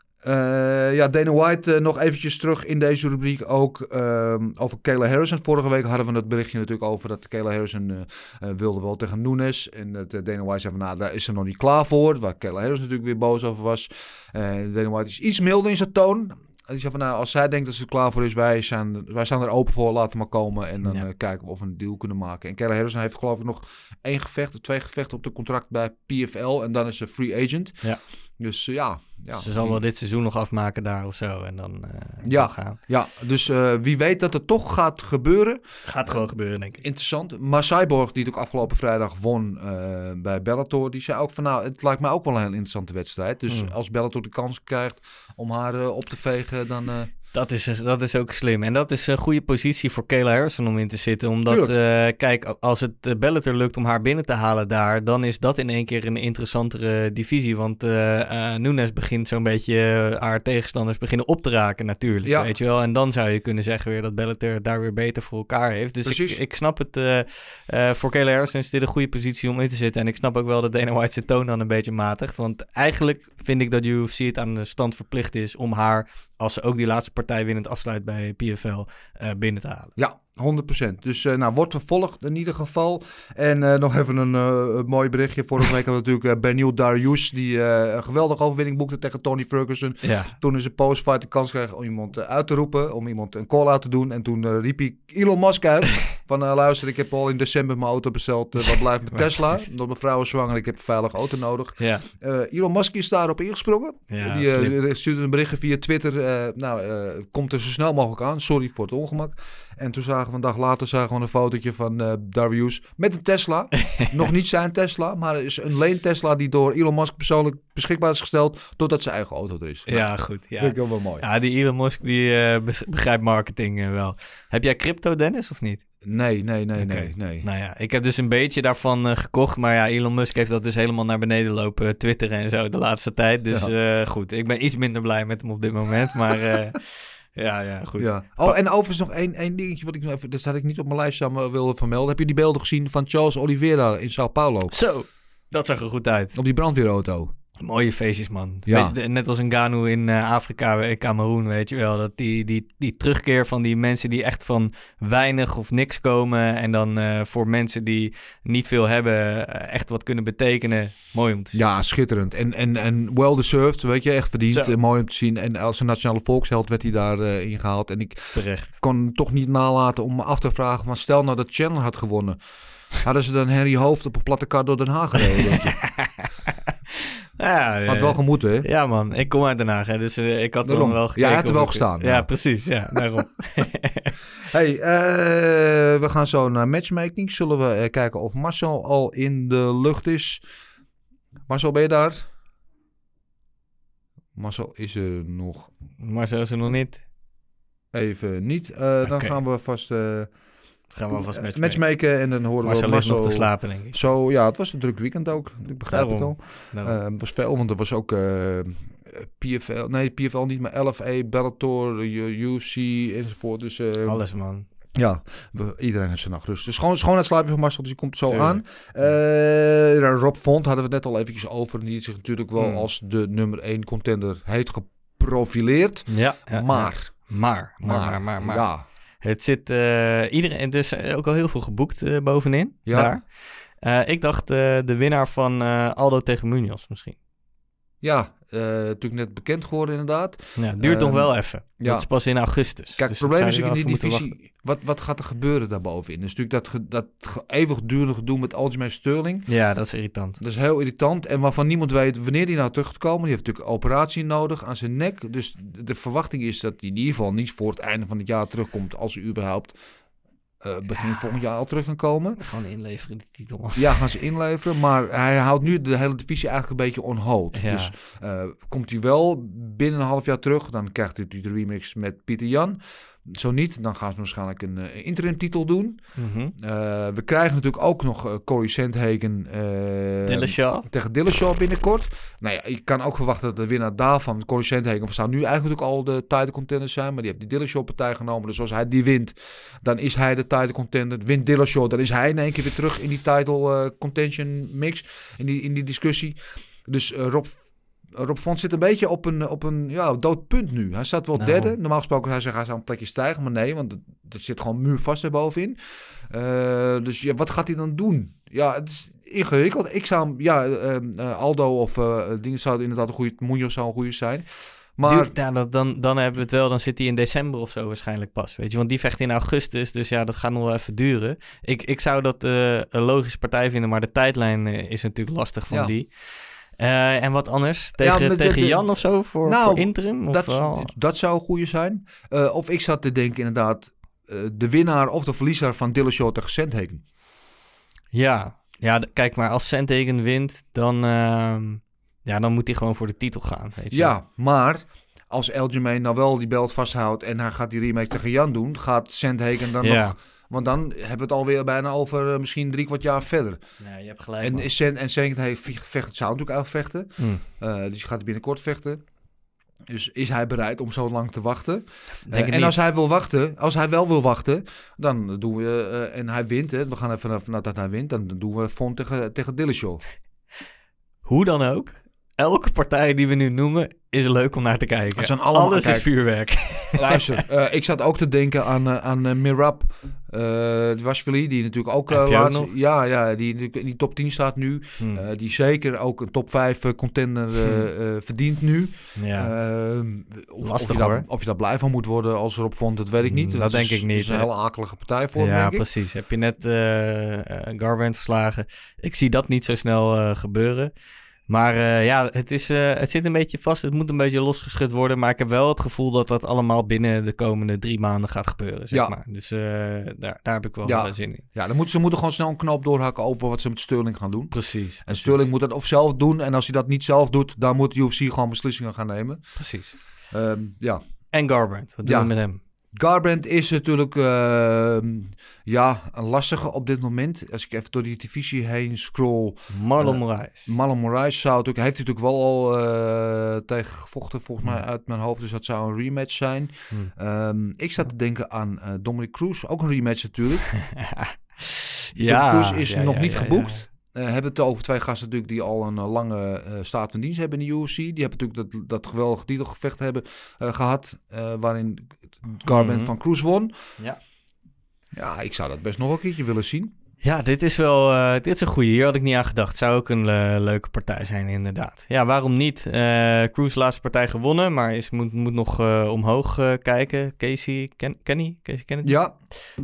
[SPEAKER 7] Dana White nog eventjes terug in deze rubriek ook over Kayla Harrison. Vorige week hadden we het berichtje natuurlijk over dat Kayla Harrison wilde wel tegen Nunes. En Dana White zei van, nou, daar is ze nog niet klaar voor. Waar Kayla Harrison natuurlijk weer boos over was. Dana White is iets milder in zijn toon. Hij zei van, nou, als zij denkt dat ze er klaar voor is, wij staan er open voor, laten maar komen. En dan kijken of we een deal kunnen maken. En Kayla Harrison heeft geloof ik nog 1 gevecht of 2 gevechten op de contract bij PFL. En dan is ze free agent. Ja. Dus ja.
[SPEAKER 8] Ze zal wel dit seizoen nog afmaken daar of zo en dan gaan.
[SPEAKER 7] Ja, dus wie weet dat het toch gaat gebeuren.
[SPEAKER 8] Gaat gewoon gebeuren, denk ik.
[SPEAKER 7] Interessant. Maar Cyborg, die het ook afgelopen vrijdag won bij Bellator, die zei ook van, nou, het lijkt mij ook wel een heel interessante wedstrijd. Dus als Bellator de kans krijgt om haar op te vegen, dan...
[SPEAKER 8] Dat is ook slim. En dat is een goede positie voor Kayla Harrison om in te zitten. Omdat, kijk, als het Bellator lukt om haar binnen te halen daar, dan is dat in één keer een interessantere divisie. Want Nunes begint zo'n beetje, haar tegenstanders beginnen op te raken natuurlijk, weet je wel. En dan zou je kunnen zeggen weer dat Bellator daar weer beter voor elkaar heeft. Dus ik snap het. Voor Kayla Harrison is dit een goede positie om in te zitten. En ik snap ook wel dat Dana White zijn toon dan een beetje matigt. Want eigenlijk vind ik dat UFC het aan de stand verplicht is om haar als ze ook die laatste partij winnend afsluit bij PFL, binnen te halen.
[SPEAKER 7] Ja, 100%. Dus wordt vervolgd in ieder geval. En nog even een mooi berichtje. Vorige week hadden we natuurlijk Beneil Dariush, die een geweldige overwinning boekte tegen Tony Ferguson. Ja. Toen in zijn postfight de kans kreeg om iemand uit te roepen, om iemand een call-out te doen. En toen riep hij Elon Musk uit van luister, ik heb al in december mijn auto besteld. Wat blijft met Tesla? Omdat mijn vrouw is zwanger, ik heb een veilige auto nodig. Ja. Elon Musk is daarop ingesprongen. Ja, die stuurde een berichtje via Twitter. Komt er zo snel mogelijk aan. Sorry voor het ongemak. En toen zagen we een dag later een fotootje van Dariush met een Tesla. Nog niet zijn Tesla, maar is een leen Tesla die door Elon Musk persoonlijk beschikbaar is gesteld doordat zijn eigen auto er is.
[SPEAKER 8] Ja, goed. Ja.
[SPEAKER 7] Vind ik wel mooi.
[SPEAKER 8] Ja, die Elon Musk die begrijpt marketing wel. Heb jij crypto, Dennis, of niet?
[SPEAKER 7] Nee.
[SPEAKER 8] Nou ja, ik heb dus een beetje daarvan gekocht. Maar ja, Elon Musk heeft dat dus helemaal naar beneden lopen twitteren en zo de laatste tijd. Dus goed, ik ben iets minder blij met hem op dit moment. Maar ja, goed. Ja.
[SPEAKER 7] Oh, en overigens nog één dingetje wat ik nog even, dat had ik niet op mijn lijst staan wilde vermelden. Heb je die beelden gezien van Charles Oliveira in Sao Paulo?
[SPEAKER 8] Zo, dat zag er goed uit.
[SPEAKER 7] Op die brandweerauto.
[SPEAKER 8] Mooie feestjes, man. Ja. Net als een Ganu in Afrika, Cameroen, weet je wel. Dat die terugkeer van die mensen die echt van weinig of niks komen. En dan voor mensen die niet veel hebben, echt wat kunnen betekenen. Mooi om te zien.
[SPEAKER 7] Ja, schitterend. En well deserved, weet je, echt verdiend. Mooi om te zien. En als een nationale volksheld werd hij daar ingehaald. En ik kon toch niet nalaten om me af te vragen van stel nou dat Chandler had gewonnen. Hadden ze dan Henry Hoofd op een platte kar door Den Haag gereden, denk je?
[SPEAKER 8] Ja,
[SPEAKER 7] had wel gemoeten, hè?
[SPEAKER 8] Ja, man. Ik kom uit Den Haag, hè, dus ik had dan wel gekeken.
[SPEAKER 7] Ja, hij had er wel gestaan.
[SPEAKER 8] Ja, precies. Ja, daarom.
[SPEAKER 7] Hey, we gaan zo naar matchmaking. Zullen we kijken of Marcel al in de lucht is. Marcel, ben je daar? Marcel is er nog.
[SPEAKER 8] Marcel is er nog niet.
[SPEAKER 7] Even niet. Dan gaan we vast...
[SPEAKER 8] gaan we alvast
[SPEAKER 7] matchmaken en dan horen
[SPEAKER 8] Marcel
[SPEAKER 7] we Marcel
[SPEAKER 8] nog te slapen, denk ik.
[SPEAKER 7] Zo, ja, het was een druk weekend ook. Ik begrijp het al. Het was veel, want er was ook PFL. Nee, PFL niet, maar LFA, Bellator, UFC enzovoort. Dus,
[SPEAKER 8] alles, man.
[SPEAKER 7] Ja, iedereen heeft zijn nachtrust. Dus gewoon schoonheidsslaapje van Marcel, dus die komt zo aan. Rob Font hadden we het net al eventjes over. Die zich natuurlijk wel als de nummer 1 contender heeft geprofileerd.
[SPEAKER 8] Ja.
[SPEAKER 7] Maar.
[SPEAKER 8] Ja. Het zit iedereen, dus ook al heel veel geboekt bovenin. Ja. Daar. Ik dacht de winnaar van Aldo tegen Munoz misschien.
[SPEAKER 7] Ja, natuurlijk net bekend geworden inderdaad.
[SPEAKER 8] Ja, het duurt nog wel even. Ja. Dat is pas in augustus.
[SPEAKER 7] Kijk, dus het probleem is natuurlijk in die divisie. Wat gaat er gebeuren daarbovenin? Dus natuurlijk dat eeuwigdurende gedoe met Aljamain Sterling.
[SPEAKER 8] Ja, dat is irritant.
[SPEAKER 7] Dat is heel irritant. En waarvan niemand weet wanneer die nou terug gaat komen. Die heeft natuurlijk een operatie nodig aan zijn nek. Dus de verwachting is dat hij in ieder geval niet voor het einde van het jaar terugkomt. Als hij überhaupt begin volgend jaar al terug gaan komen.
[SPEAKER 8] Gewoon inleveren die titel.
[SPEAKER 7] Ja, gaan ze inleveren. Maar hij houdt nu de hele divisie eigenlijk een beetje on hold.
[SPEAKER 8] Ja.
[SPEAKER 7] Dus komt hij wel binnen een half jaar terug. Dan krijgt hij de remix met Pieter Jan. Zo niet, dan gaan ze waarschijnlijk een interim titel doen.
[SPEAKER 8] Mm-hmm.
[SPEAKER 7] We krijgen natuurlijk ook nog Corey Sandhagen tegen Dillashaw binnenkort. Nou ja, je kan ook verwachten dat de winnaar daarvan, Corey Sandhagen, zou nu eigenlijk ook al de title contender zijn. Maar die heeft die Dillashaw partij genomen. Dus als hij die wint, dan is hij de title contender. Wint Dillashaw, dan is hij in één keer weer terug in die title contention mix. In die discussie. Dus Rob Font zit een beetje op een dood punt nu. Hij staat wel derde. Normaal gesproken hij zou een plekje stijgen. Maar nee, want dat zit gewoon muurvast erbovenin. Dus ja, wat gaat hij dan doen? Ja, het is ingewikkeld. Ik zou hem, Aldo of dingen zouden inderdaad een goede... Munoz zou een goede zijn. Maar...
[SPEAKER 8] Dan hebben we het wel. Dan zit hij in december of zo waarschijnlijk pas. Weet je, want die vecht in augustus. Dus ja, dat gaat nog wel even duren. Ik zou dat een logische partij vinden. Maar de tijdlijn is natuurlijk lastig van die. En wat anders? Tegen Jan of zo voor interim? Of
[SPEAKER 7] dat zou een goede zijn. Of ik zat te denken inderdaad... de winnaar of de verliezer van Dillashaw tegen Sandhagen.
[SPEAKER 8] Ja, kijk maar. Als Sandhagen wint, dan moet hij gewoon voor de titel gaan. Weet je?
[SPEAKER 7] Ja, maar... Als Aljamain nou wel die belt vasthoudt... en hij gaat die rematch tegen Jan doen... gaat Sandhagen dan nog... Want dan hebben we het alweer bijna over misschien 3/4 jaar verder.
[SPEAKER 8] Nee, je hebt gelijk.
[SPEAKER 7] En Sandhagen zou natuurlijk uitvechten. Dus gaat binnenkort vechten. Dus is hij bereid om zo lang te wachten? En als hij wel wil wachten, dan doen we... en hij wint, hè, we gaan even vanuit dat hij wint... dan doen we Font tegen Dillashaw.
[SPEAKER 8] Hoe dan ook, elke partij die we nu noemen... is leuk om naar te kijken.
[SPEAKER 7] Het zijn allemaal,
[SPEAKER 8] alles is vuurwerk.
[SPEAKER 7] Luister, ik zat ook te denken aan Mirab Dvashvili, die natuurlijk ook die in die top 10 staat nu. Die zeker ook een top 5 contender verdient nu.
[SPEAKER 8] Ja.
[SPEAKER 7] Lastig hoor. Of je daar blij van moet worden als erop vond, dat weet ik niet.
[SPEAKER 8] Dat denk ik niet.
[SPEAKER 7] Dat is een hele akelige partij voor hem, denk ik.
[SPEAKER 8] Ja, precies. Heb je net Garbrandt verslagen? Ik zie dat niet zo snel gebeuren. Maar het zit een beetje vast. Het moet een beetje losgeschud worden. Maar ik heb wel het gevoel dat dat allemaal binnen de komende 3 maanden gaat gebeuren. Zeg maar. Dus daar heb ik wel zin in. Ja,
[SPEAKER 7] ze moeten gewoon snel een knoop doorhakken over wat ze met Sterling gaan doen.
[SPEAKER 8] Precies.
[SPEAKER 7] En Sterling moet dat of zelf doen. En als hij dat niet zelf doet, dan moet de UFC gewoon beslissingen gaan nemen.
[SPEAKER 8] Precies.
[SPEAKER 7] En
[SPEAKER 8] Garbrandt, wat doen we met hem?
[SPEAKER 7] Garbrandt is natuurlijk een lastige op dit moment. Als ik even door die divisie heen scroll.
[SPEAKER 8] Marlon Moraes.
[SPEAKER 7] Marlon Moraes heeft hij natuurlijk wel al tegen gevochten, volgens mij uit mijn hoofd. Dus dat zou een rematch zijn. Ik zat te denken aan Dominic Cruz. Ook een rematch natuurlijk. Cruz is nog niet geboekt. Hebben het over 2 gasten natuurlijk die al een lange staat van dienst hebben in de UFC. Die hebben natuurlijk dat geweldige titelgevecht gehad. Waarin Garbrandt van Cruz won. Ja, ik zou dat best nog een keertje willen zien.
[SPEAKER 8] Ja, dit is een goeie. Hier had ik niet aan gedacht. Zou ook een leuke partij zijn, inderdaad. Ja, waarom niet? Cruz laatste partij gewonnen, maar moet nog omhoog kijken. Casey Kennedy?
[SPEAKER 7] Ja.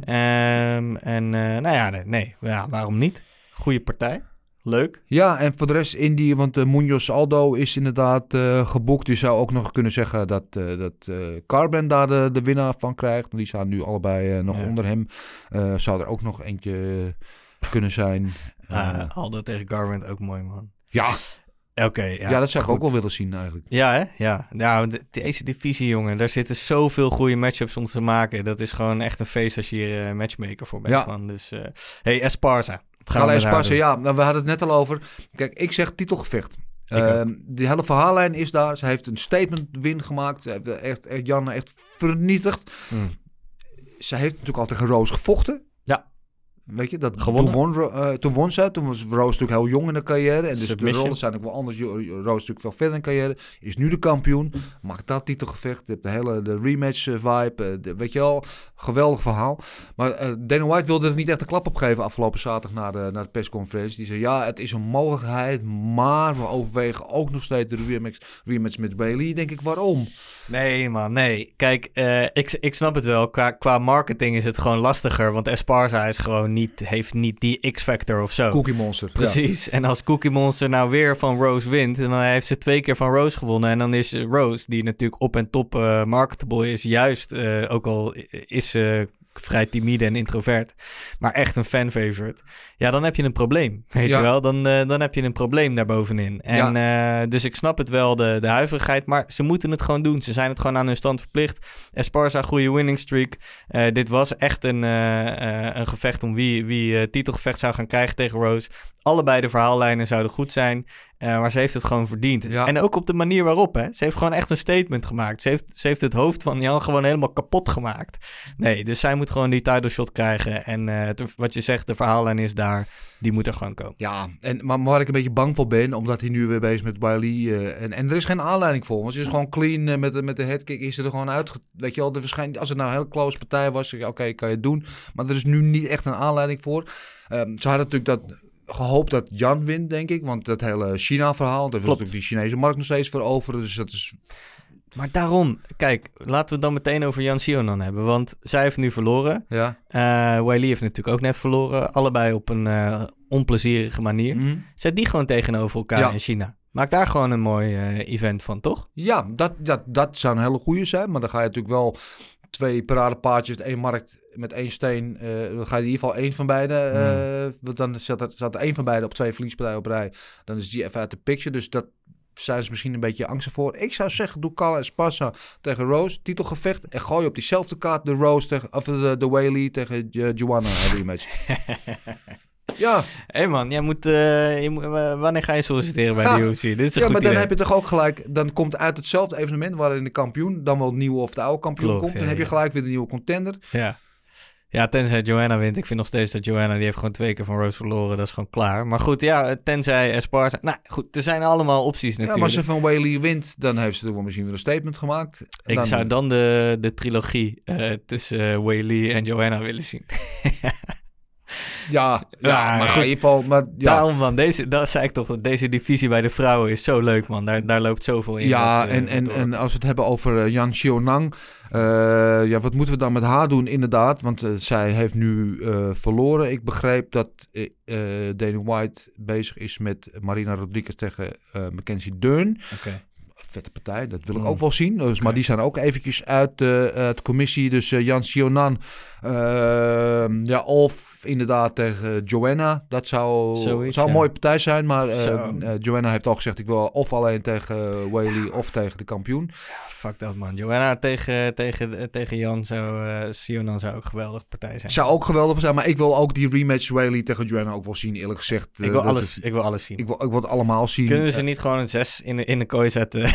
[SPEAKER 8] Waarom niet? Goeie partij. Leuk.
[SPEAKER 7] Ja, en voor de rest want Munoz Aldo is inderdaad geboekt. Je zou ook nog kunnen zeggen dat Garbrandt daar de winnaar van krijgt. Die staan nu allebei nog onder hem. Zou er ook nog eentje kunnen zijn.
[SPEAKER 8] Aldo tegen Garbrandt, ook mooi, man.
[SPEAKER 7] Ja.
[SPEAKER 8] Oké,
[SPEAKER 7] ja, dat zou ik ook wel willen zien eigenlijk.
[SPEAKER 8] Ja, hè? Ja. Nou, deze divisie, jongen, daar zitten zoveel goede matchups om te maken. Dat is gewoon echt een feest als je hier matchmaker voor bent. Man. Dus, Esparza.
[SPEAKER 7] We hadden het net al over. Kijk, ik zeg titelgevecht. Die hele verhaallijn is daar. Ze heeft een statement win gemaakt. Ze heeft echt Jan echt vernietigd. Ze heeft natuurlijk al tegen Rose gevochten.
[SPEAKER 8] Ja.
[SPEAKER 7] Weet je, dat
[SPEAKER 8] gewonnen.
[SPEAKER 7] Toen won ze. Toen was Rose natuurlijk heel jong in de carrière. En dus
[SPEAKER 8] Submission.
[SPEAKER 7] de rollen zijn ook wel anders. Rose natuurlijk veel verder in de carrière. Is nu de kampioen. Maakt dat titelgevecht. Je hebt de rematch vibe. Weet je wel, geweldig verhaal. Maar Dana White wilde er niet echt een klap op geven afgelopen zaterdag na de persconferentie. Die zei, ja, het is een mogelijkheid. Maar we overwegen ook nog steeds de rematch met Bailey. Denk ik, waarom?
[SPEAKER 8] Nee, man, nee. Kijk, ik snap het wel. Qua marketing is het gewoon lastiger. Want Esparza is gewoon heeft niet die X-factor of zo.
[SPEAKER 7] Cookie Monster.
[SPEAKER 8] Precies. Ja. En als Cookie Monster nou weer van Rose wint, dan heeft ze 2 keer van Rose gewonnen. En dan is Rose, die natuurlijk op en top marketable is, juist, ook al is ze vrij timide en introvert, maar echt een fan-favorite. Ja, dan heb je een probleem, weet je wel. Dan heb je een probleem daarbovenin. En dus ik snap het wel, de huiverigheid, maar ze moeten het gewoon doen. Ze zijn het gewoon aan hun stand verplicht. Esparza, goede winning streak. Dit was echt een gevecht om wie titelgevecht zou gaan krijgen tegen Rose. Allebei de verhaallijnen zouden goed zijn. Maar ze heeft het gewoon verdiend. Ja. En ook op de manier waarop. Hè? Ze heeft gewoon echt een statement gemaakt. Ze heeft het hoofd van Jan gewoon helemaal kapot gemaakt. Nee, dus zij moet gewoon die title shot krijgen. En wat je zegt, de verhaallijn is daar. Die moet er gewoon komen.
[SPEAKER 7] Ja, maar waar ik een beetje bang voor ben, omdat hij nu weer bezig met Bailey. En er is geen aanleiding voor. Want ze is gewoon clean met de headkick. Is er gewoon uit. Weet je wel, als het nou een heel close partij was. Oké, kan je het doen. Maar er is nu niet echt een aanleiding voor. Ze hadden natuurlijk gehoopt dat Jan wint, denk ik. Want dat hele China-verhaal, daar wil natuurlijk die Chinese markt nog steeds veroveren. Dus dat is...
[SPEAKER 8] Maar daarom, kijk, laten we het dan meteen over Jan Sionan hebben. Want zij heeft nu verloren.
[SPEAKER 7] Ja.
[SPEAKER 8] Weili heeft natuurlijk ook net verloren. Allebei op een onplezierige manier. Zet die gewoon tegenover elkaar in China. Maak daar gewoon een mooi event van, toch? Ja,
[SPEAKER 7] dat zou een hele goede zijn. Maar dan ga je natuurlijk wel 2 paradepaardjes, 1 markt met 1 steen. Dan ga je in ieder geval 1 van beide. Dan staat er 1 van beide op 2 verliespartijen op rij. Dan is die even uit de picture. Dus dat zijn ze misschien een beetje angstig voor. Ik zou zeggen, doe Carla Esparza tegen Rose. Titelgevecht. En gooi op diezelfde kaart de Rose tegen, of de Weili tegen Joanna rematch. Ja.
[SPEAKER 8] Hé man, jij moet, wanneer ga je solliciteren bij de UFC? Dit is een goed
[SPEAKER 7] maar dan
[SPEAKER 8] idee.
[SPEAKER 7] heb je toch ook gelijk, dan komt uit hetzelfde evenement waarin de kampioen, dan wel het nieuwe of de oude kampioen komt. Dan heb je gelijk weer de nieuwe contender.
[SPEAKER 8] Ja. Ja, tenzij Joanna wint. Ik vind nog steeds dat Joanna, die heeft gewoon 2 keer van Rose verloren. Dat is gewoon klaar. Maar goed, ja, tenzij Esparza... Nou goed, er zijn allemaal opties natuurlijk.
[SPEAKER 7] Ja, maar als ze van Weili wint, dan heeft ze toch wel misschien weer een statement gemaakt.
[SPEAKER 8] Ik zou dan de trilogie tussen Weili en Joanna willen zien.
[SPEAKER 7] Ja, maar goed. In ieder geval... Maar, ja.
[SPEAKER 8] Daarom, man. Dat zei ik toch. Deze divisie bij de vrouwen is zo leuk, man. Daar loopt zoveel in.
[SPEAKER 7] Ja, en als we het hebben over Yan Xiaonan... wat moeten we dan met haar doen inderdaad? Want zij heeft nu verloren. Ik begreep dat Dana White bezig is met Marina Rodriguez tegen Mackenzie Dern.
[SPEAKER 8] Okay.
[SPEAKER 7] Vette partij, dat wil ik ook wel zien. Dus, maar die zijn ook eventjes uit de commissie. Dus Yan Xiaonan of inderdaad tegen Joanna. Dat zou een mooie partij zijn. Maar Joanna heeft al gezegd, ik wil of alleen tegen Weili of tegen de kampioen.
[SPEAKER 8] Fuck dat, man. Joanna tegen Yan Xiaonan zou ook een geweldige partij zijn.
[SPEAKER 7] Zou ook geweldig zijn, maar ik wil ook die rematch Weili tegen Joanna ook wel zien, eerlijk gezegd.
[SPEAKER 8] Ik wil alles zien.
[SPEAKER 7] Ik wil het allemaal zien.
[SPEAKER 8] Kunnen ze niet gewoon een 6 in de kooi zetten?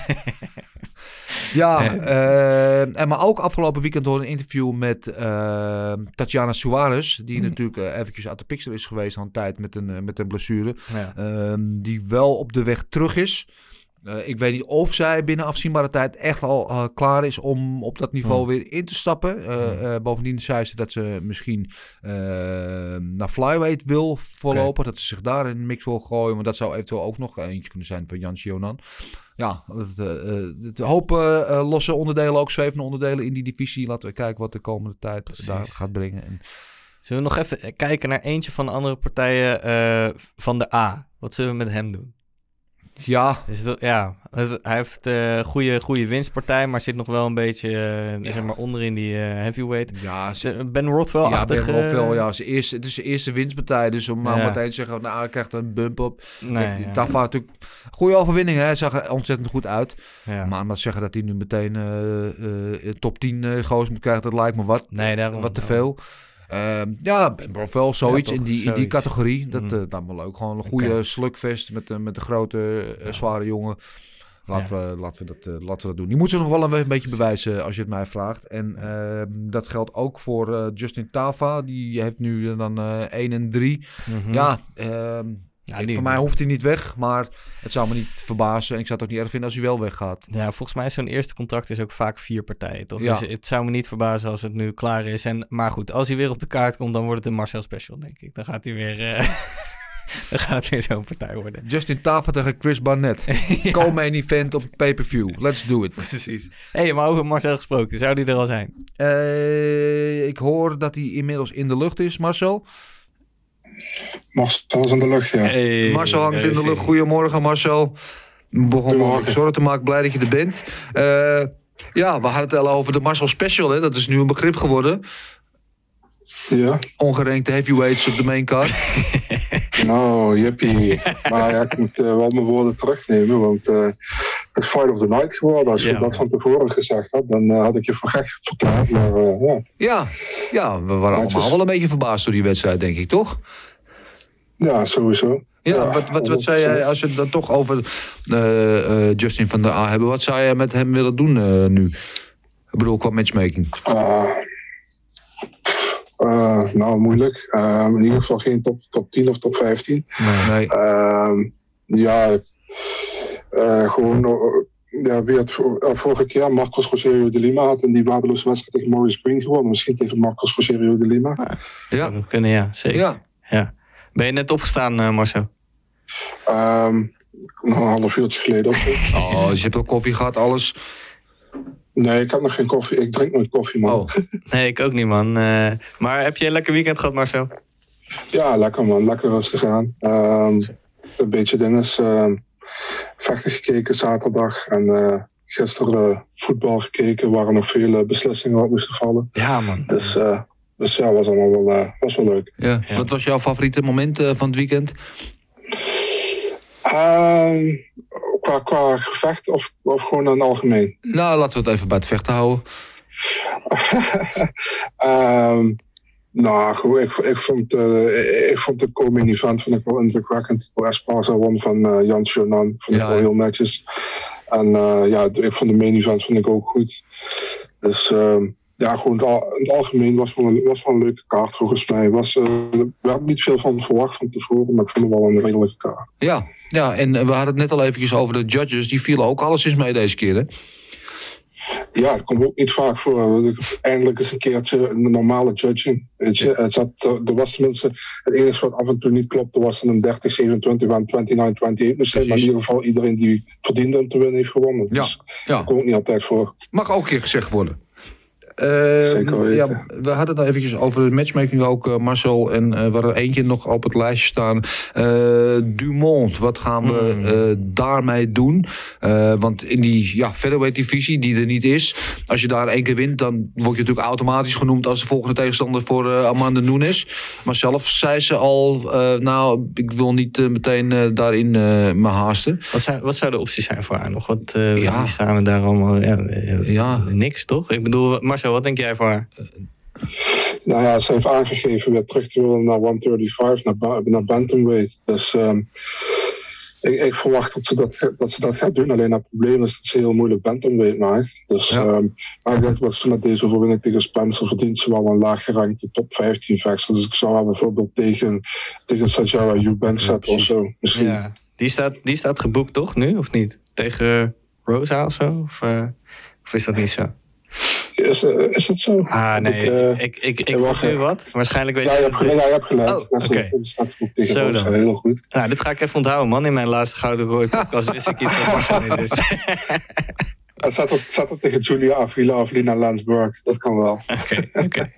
[SPEAKER 7] Ja, maar ook afgelopen weekend door een interview met Tatiana Suarez, die natuurlijk eventjes uit de picture is geweest al een tijd met een blessure, die wel op de weg terug is. Ik weet niet of zij binnen afzienbare tijd echt al klaar is om op dat niveau weer in te stappen. Bovendien zei ze dat ze misschien naar flyweight wil voorlopen. Dat ze zich daar in de mix wil gooien. Maar dat zou eventueel ook nog eentje kunnen zijn van Yan Xiaonan. Ja, het hoop losse onderdelen, ook zwevende onderdelen in die divisie. Laten we kijken wat de komende tijd daar gaat brengen. En...
[SPEAKER 8] Zullen we nog even kijken naar eentje van de andere partijen van de A? Wat zullen we met hem doen?
[SPEAKER 7] Ja.
[SPEAKER 8] Hij heeft een goede winstpartij, maar zit nog wel een beetje zeg maar onder in die heavyweight. Ja, Ben Rothwell-achtig.
[SPEAKER 7] Ja, Ben Rothwell, het is zijn eerste winstpartij. Dus om meteen te zeggen, hij krijgt een bump op. Tafa natuurlijk goede overwinning, hè. Hij zag er ontzettend goed uit. Ja. Maar zeggen dat hij nu meteen top 10 goos moet krijgen, dat lijkt me wat. Nee, daarom wat te veel. Ben Rothwell, zoiets in die categorie. Dat wel leuk. Gewoon een goede slugfest met een grote, zware jongen. Laten we dat doen. Die moet zich nog wel een beetje bewijzen als je het mij vraagt. En dat geldt ook voor Justin Tafa. Die heeft nu dan 1-3. Ja, voor mij hoeft hij niet weg, maar het zou me niet verbazen. En ik zou het ook niet erg vinden als hij wel weggaat. Ja,
[SPEAKER 8] volgens mij is zo'n eerste contract is ook vaak 4 partijen, toch? Ja. Dus het zou me niet verbazen als het nu klaar is. Maar goed, als hij weer op de kaart komt, dan wordt het een Marcel Special, denk ik. Dan gaat hij weer... dan gaat het weer zo'n partij worden.
[SPEAKER 7] Justin Tafa tegen Chris Barnett. Co-main event op pay-per-view. Let's do it.
[SPEAKER 8] Precies. Maar over Marcel gesproken, zou die er al zijn?
[SPEAKER 7] Ik hoor dat hij inmiddels in de lucht is, Marcel.
[SPEAKER 9] Marcel is in de lucht, ja.
[SPEAKER 7] Hey, Marcel hangt in de lucht. Goedemorgen, Marcel. Begon zorgen te maken, blij dat je er bent. We hadden het al over de Marcel Special, hè. Dat is nu een begrip geworden.
[SPEAKER 9] Ja.
[SPEAKER 7] Ongerenkte heavyweights op de main card.
[SPEAKER 9] Nou, jippie. Maar ja, ik moet wel mijn woorden terugnemen, want het is Fight of the Night geworden. Als je dat van tevoren gezegd had, dan had ik je voor gek verklaard. Maar
[SPEAKER 7] we waren allemaal wel een beetje verbaasd door die wedstrijd, denk ik, toch?
[SPEAKER 9] Ja, sowieso.
[SPEAKER 7] Ja, wat zou jij, als we het dan toch over Justin van der A hebben, wat zou jij met hem willen doen nu? Ik bedoel, qua matchmaking.
[SPEAKER 9] Moeilijk. In ieder geval geen top 10 of top 15.
[SPEAKER 7] Nee.
[SPEAKER 9] Gewoon... wie had vorige keer Marcos Rogerio de Lima had in die waardeloze wedstrijd tegen Maurice Green gewonnen. Misschien tegen Marcos Rogerio de Lima.
[SPEAKER 8] Ja, dat kunnen, ja. Zeker. Ja. Ben je net opgestaan, Marcel?
[SPEAKER 9] Een half uurtje geleden.
[SPEAKER 7] Dus je hebt al koffie gehad, alles?
[SPEAKER 9] Nee, ik had nog geen koffie. Ik drink nooit koffie, man.
[SPEAKER 8] Oh. Nee, ik ook niet, man. Maar heb je een lekker weekend gehad, Marcel?
[SPEAKER 9] Ja, lekker, man. Lekker rustig aan. Een beetje dinges. Vechten gekeken zaterdag. En gisteren voetbal gekeken. Waar er nog veel beslissingen op moesten vallen.
[SPEAKER 8] Ja, man.
[SPEAKER 9] Dus was allemaal wel leuk.
[SPEAKER 7] Ja. Wat was jouw favoriete moment van het weekend?
[SPEAKER 9] Qua gevecht of gewoon in het algemeen?
[SPEAKER 7] Nou, laten we het even bij het vechten houden. Ik vond de co-main event wel indrukwekkend. Esparza won van Yan Xiaonan. Vond ik wel heel netjes. En ik vond de main event ook goed. Dus
[SPEAKER 9] gewoon in het algemeen was wel een leuke kaart volgens mij. We hadden niet veel van verwacht van tevoren, maar ik vond het wel een redelijke kaart.
[SPEAKER 7] Ja, en we hadden het net al eventjes over de judges. Die vielen ook alleszins mee deze keer, hè?
[SPEAKER 9] Ja, het komt ook niet vaak voor. Eindelijk eens een keertje een normale judging. Weet je? Er was tenminste het enige wat af en toe niet klopte, was een 30-27 van 29-28. Dus in ieder geval iedereen die verdiende om te winnen heeft gewonnen. Dus daar komt ook niet altijd voor.
[SPEAKER 7] Mag ook een keer gezegd worden.
[SPEAKER 9] Zeker weten.
[SPEAKER 7] Ja, we hadden het eventjes over de matchmaking ook, Marcel. En we hadden er eentje nog op het lijstje staan. Dumont, wat gaan we daarmee doen? Want in die featherweight divisie, die er niet is, als je daar 1 keer wint, dan word je natuurlijk automatisch genoemd als de volgende tegenstander voor Amanda Nunes. Maar zelf zei ze al, ik wil niet meteen daarin me haasten.
[SPEAKER 8] Wat zou de opties zijn voor haar nog? Wie staan we daar allemaal? Niks, toch? Ik bedoel, Marcel, wat denk jij voor haar?
[SPEAKER 9] Nou ja, ze heeft aangegeven weer terug te willen naar 135, naar bantamweight. Dus ik verwacht dat ze dat gaat doen. Alleen het probleem is dat ze heel moeilijk bantamweight maakt. Dus maar ik denk dat ze met deze overwinning tegen Spencer verdient ze wel een laaggerankte top 15 vechter. Dus ik zou haar bijvoorbeeld tegen Sijara Eubank zetten of zo. Misschien.
[SPEAKER 8] Ja, die staat geboekt toch nu, of niet? Tegen Rosa of zo? Of is dat niet zo?
[SPEAKER 9] Is dat zo?
[SPEAKER 8] Nee, ik hoor nu wat. Waarschijnlijk weet
[SPEAKER 9] je hebt gelijk. Ja, je hebt gelijk.
[SPEAKER 8] Oh, oké.
[SPEAKER 9] Zo dan. Heel goed.
[SPEAKER 8] Nou, dit ga ik even onthouden, man. In mijn laatste Gouden Rooi podcast wist ik iets van Marcel niet. Dus.
[SPEAKER 9] Zet het tegen Julia Avila of Lina Landsberg. Dat kan wel.
[SPEAKER 8] Oké.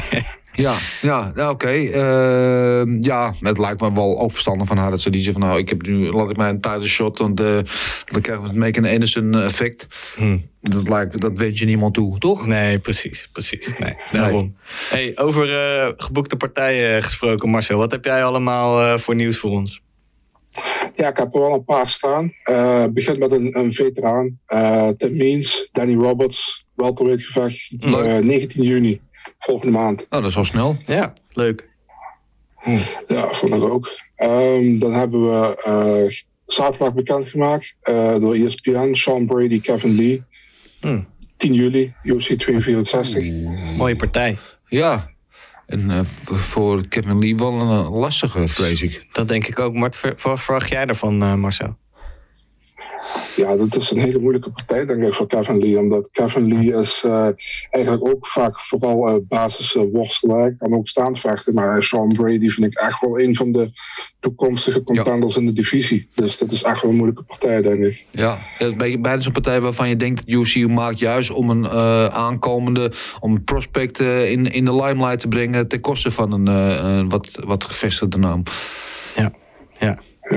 [SPEAKER 7] Oké. Het lijkt me wel ook verstandig van haar dat ze die zegt van, laat ik mij een title shot, want dan krijgen we het Make an Anderson effect. Dat wens je niemand toe, toch?
[SPEAKER 8] Nee, precies. Nee, daarom. Hey, over geboekte partijen gesproken, Marcel. Wat heb jij allemaal voor nieuws voor ons?
[SPEAKER 9] Ja, ik heb er wel een paar staan. Begin met een veteraan. Tim Means, Danny Roberts, welterweightgevecht. 19 juni. Volgende maand.
[SPEAKER 7] Oh, dat is wel snel.
[SPEAKER 8] Ja, leuk.
[SPEAKER 9] Ja, vond ik ook. Dan hebben we zaterdag bekendgemaakt door ESPN. Sean Brady, Kevin Lee. 10 juli, UFC 264.
[SPEAKER 8] Mooie partij.
[SPEAKER 7] Ja. En voor Kevin Lee wel een lastige, vrees ik.
[SPEAKER 8] Dat denk ik ook. Maar wat verwacht jij ervan, Marcel?
[SPEAKER 9] Ja, dat is een hele moeilijke partij, denk ik, voor Kevin Lee. Omdat Kevin Lee is eigenlijk ook vaak vooral basisworstelaar. Kan ook staandvechten. Maar Sean Brady vind ik echt wel een van de toekomstige contenders in de divisie. Dus dat is echt wel een moeilijke partij, denk ik. Ja,
[SPEAKER 7] het is bijna zo'n partij waarvan je denkt dat UFC maakt juist om een om een prospect in de limelight te brengen ten koste van een wat gevestigde naam.
[SPEAKER 8] Ja.